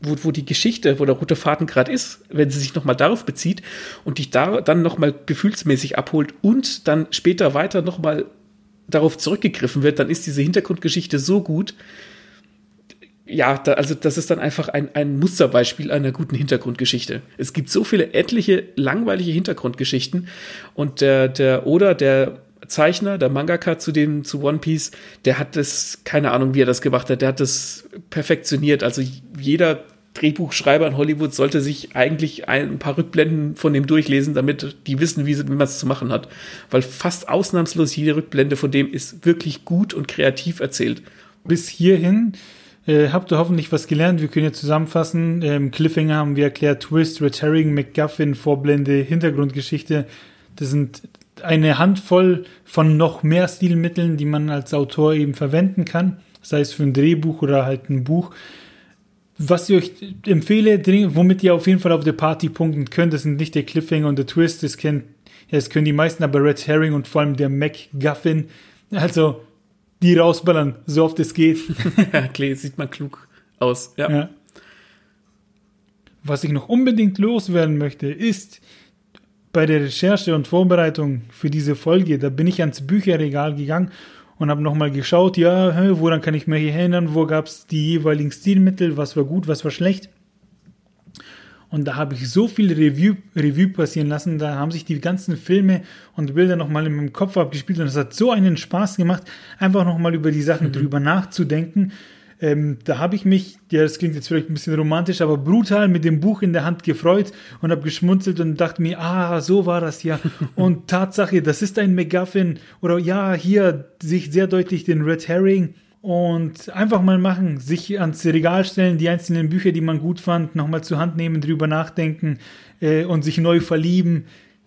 wo, wo die Geschichte, wo der rote Faden gerade ist, wenn sie sich nochmal darauf bezieht und dich da dann nochmal gefühlsmäßig abholt und dann später weiter nochmal darauf zurückgegriffen wird, dann ist diese Hintergrundgeschichte so gut. Ja, da, also das ist dann einfach ein, ein Musterbeispiel einer guten Hintergrundgeschichte. Es gibt so viele etliche langweilige Hintergrundgeschichten und der, der Oda, der Zeichner, der Mangaka zu dem, zu One Piece, der hat das, keine Ahnung, wie er das gemacht hat, der hat das perfektioniert. Also jeder Drehbuchschreiber in Hollywood sollte sich eigentlich ein paar Rückblenden von dem durchlesen, damit die wissen, wie, wie man es zu machen hat. Weil fast ausnahmslos jede Rückblende von dem ist wirklich gut und kreativ erzählt. Bis hierhin äh, habt ihr hoffentlich was gelernt. Wir können ja zusammenfassen. Ähm, Cliffhanger haben wir erklärt, Twist, Red Herring, MacGuffin, Vorblende, Hintergrundgeschichte. Das sind eine Handvoll von noch mehr Stilmitteln, die man als Autor eben verwenden kann. Sei es für ein Drehbuch oder halt ein Buch. Was ich euch empfehle, womit ihr auf jeden Fall auf der Party punkten könnt, das sind nicht der Cliffhanger und der Twist, das, kennt, ja, das können die meisten, aber Red Herring und vor allem der MacGuffin, also die rausballern, so oft es geht. Ja, klar, sieht man klug aus. Ja. Ja. Was ich noch unbedingt loswerden möchte, ist bei der Recherche und Vorbereitung für diese Folge, da bin ich ans Bücherregal gegangen und habe nochmal geschaut, ja, woran kann ich mich erinnern, wo gab es die jeweiligen Stilmittel, was war gut, was war schlecht. Und da habe ich so viel Review, Review passieren lassen, da haben sich die ganzen Filme und Bilder nochmal in meinem Kopf abgespielt und es hat so einen Spaß gemacht, einfach nochmal über die Sachen mhm. drüber nachzudenken. Ähm, da habe ich mich, ja, das klingt jetzt vielleicht ein bisschen romantisch, aber brutal mit dem Buch in der Hand gefreut und habe geschmunzelt und dachte mir, ah, so war das ja. Und Tatsache, das ist ein MacGuffin. Oder ja, hier sehe ich sehr deutlich den Red Herring. Und einfach mal machen, sich ans Regal stellen, die einzelnen Bücher, die man gut fand, nochmal zur Hand nehmen, drüber nachdenken äh, und sich neu verlieben.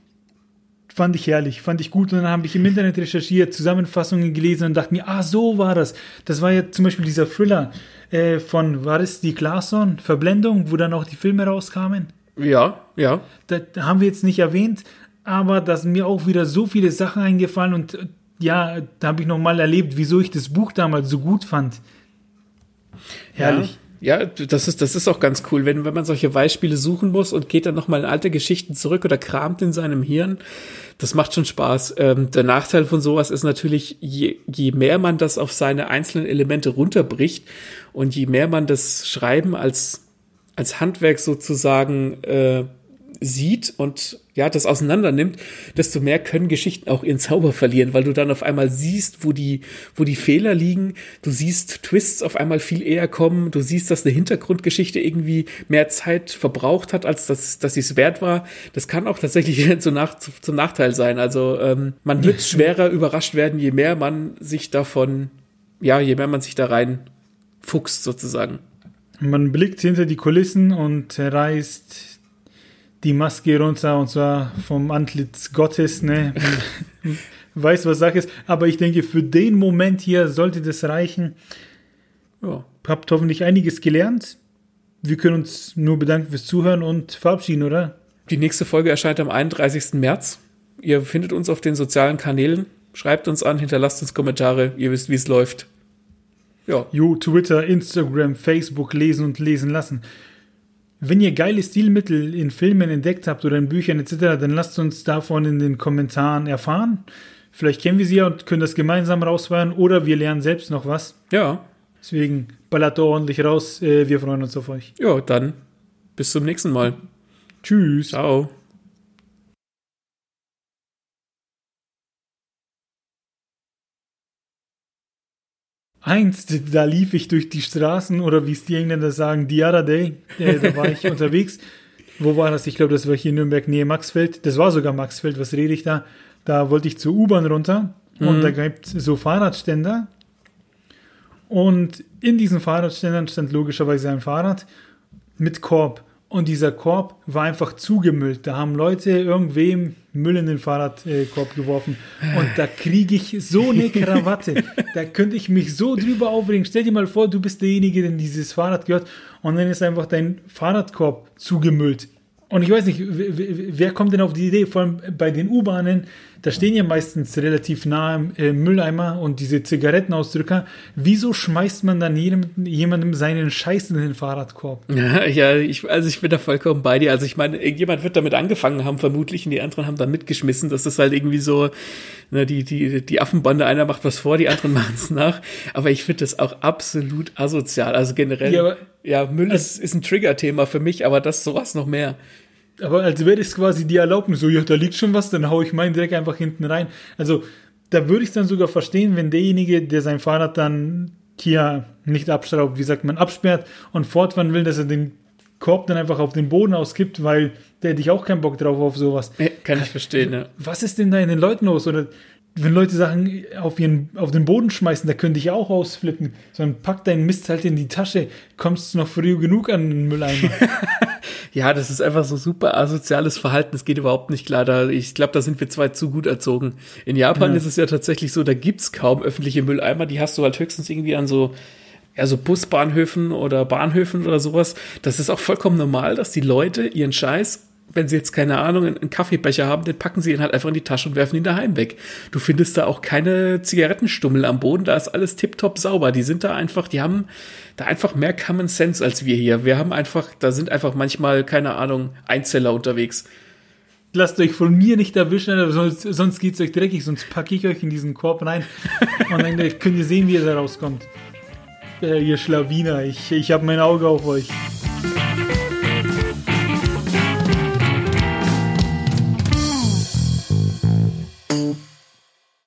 Fand ich herrlich, fand ich gut. Und dann habe ich im Internet recherchiert, Zusammenfassungen gelesen und dachte mir, ah, so war das. Das war ja zum Beispiel dieser Thriller äh, von, war das die Claesson, Verblendung, wo dann auch die Filme rauskamen? Ja, ja. Da, da haben wir jetzt nicht erwähnt, aber da sind mir auch wieder so viele Sachen eingefallen und ja, da habe ich nochmal erlebt, wieso ich das Buch damals so gut fand. Herrlich. Ja, ja, das ist, das ist auch ganz cool, wenn, wenn man solche Beispiele suchen muss und geht dann nochmal in alte Geschichten zurück oder kramt in seinem Hirn. Das macht schon Spaß. Ähm, der Nachteil von sowas ist natürlich, je, je mehr man das auf seine einzelnen Elemente runterbricht und je mehr man das Schreiben als, als Handwerk sozusagen äh, sieht und ja, das auseinander nimmt, desto mehr können Geschichten auch ihren Zauber verlieren, weil du dann auf einmal siehst, wo die, wo die Fehler liegen, du siehst Twists auf einmal viel eher kommen, du siehst, dass eine Hintergrundgeschichte irgendwie mehr Zeit verbraucht hat, als dass, dass sie es wert war. Das kann auch tatsächlich zu nach, zu, zum Nachteil sein. Also ähm, man wird schwerer überrascht werden, je mehr man sich davon, ja, je mehr man sich da rein fuchst sozusagen. Man blickt hinter die Kulissen und reißt die Maske runter und zwar vom Antlitz Gottes, ne? Weiß, was Sache ist. Aber ich denke, für den Moment hier sollte das reichen. Ja. Habt hoffentlich einiges gelernt. Wir können uns nur bedanken fürs Zuhören und verabschieden, oder? Die nächste Folge erscheint am einunddreißigsten März. Ihr findet uns auf den sozialen Kanälen. Schreibt uns an, hinterlasst uns Kommentare. Ihr wisst, wie es läuft. Ja. Jo, Twitter, Instagram, Facebook lesen und lesen lassen. Wenn ihr geile Stilmittel in Filmen entdeckt habt oder in Büchern et cetera, dann lasst uns davon in den Kommentaren erfahren. Vielleicht kennen wir sie ja und können das gemeinsam rausfeuern oder wir lernen selbst noch was. Ja. Deswegen ballert ordentlich raus. Wir freuen uns auf euch. Ja, dann bis zum nächsten Mal. Tschüss. Ciao. Einst, da lief ich durch die Straßen oder wie es die Engländer sagen, the other day, äh, da war ich unterwegs. Wo war das? Ich glaube, das war hier in Nürnberg, Nähe Maxfeld. Das war sogar Maxfeld, was rede ich da? Da wollte ich zur U-Bahn runter und mhm. da gibt es so Fahrradständer. Und in diesen Fahrradständern stand logischerweise ein Fahrrad mit Korb. Und dieser Korb war einfach zugemüllt. Da haben Leute irgendwem Müll in den Fahrradkorb äh, geworfen. Und da kriege ich so eine Krawatte. Da könnte ich mich so drüber aufregen. Stell dir mal vor, du bist derjenige, der dieses Fahrrad gehört. Und dann ist einfach dein Fahrradkorb zugemüllt. Und ich weiß nicht, wer kommt denn auf die Idee, vor allem bei den U-Bahnen, da stehen ja meistens relativ nah im äh, Mülleimer und diese Zigarettenausdrücker. Wieso schmeißt man dann jedem, jemandem seinen Scheiß in den Fahrradkorb? Ja, ja ich, also ich bin da vollkommen bei dir. Also ich meine, irgendjemand wird damit angefangen haben, vermutlich, und die anderen haben dann mitgeschmissen. Das ist halt irgendwie so, ne, die, die, die Affenbande, einer macht was vor, die anderen machen es nach. Aber ich finde das auch absolut asozial. Also generell, ja, aber, ja Müll also, ist, ist ein Trigger-Thema für mich, aber das sowas noch mehr. Aber als wäre das quasi die Erlaubnis, so, ja, da liegt schon was, dann hau ich meinen Dreck einfach hinten rein. Also, da würde ich es dann sogar verstehen, wenn derjenige, der sein Fahrrad dann hier nicht abschraubt, wie sagt man, absperrt und fortfahren will, dass er den Korb dann einfach auf den Boden auskippt, weil der hätte ich auch keinen Bock drauf auf sowas. Ja, kann ich verstehen, ja. Was ist denn da in den Leuten los? Oder wenn Leute Sachen auf, ihren, auf den Boden schmeißen, da könnte ich auch ausflippen. Sondern pack deinen Mist halt in die Tasche, kommst du noch früh genug an den Mülleimer. Ja, das ist einfach so super asoziales Verhalten, das geht überhaupt nicht klar. Da, ich glaube, da sind wir zwei zu gut erzogen. In Japan ja. ist es ja tatsächlich so, da gibt's kaum öffentliche Mülleimer, die hast du halt höchstens irgendwie an so, ja, so Busbahnhöfen oder Bahnhöfen oder sowas. Das ist auch vollkommen normal, dass die Leute ihren Scheiß, wenn sie jetzt, keine Ahnung, einen Kaffeebecher haben, den packen sie ihn halt einfach in die Tasche und werfen ihn daheim weg. Du findest da auch keine Zigarettenstummel am Boden, da ist alles tipptopp sauber. Die sind da einfach, die haben da einfach mehr Common Sense als wir hier. Wir haben einfach, da sind einfach manchmal, keine Ahnung, Einzeller unterwegs. Lasst euch von mir nicht erwischen, sonst, sonst geht's euch dreckig, sonst packe ich euch in diesen Korb rein und dann könnt ihr sehen, wie ihr da rauskommt. Äh, ihr Schlawiner, ich, ich habe mein Auge auf euch.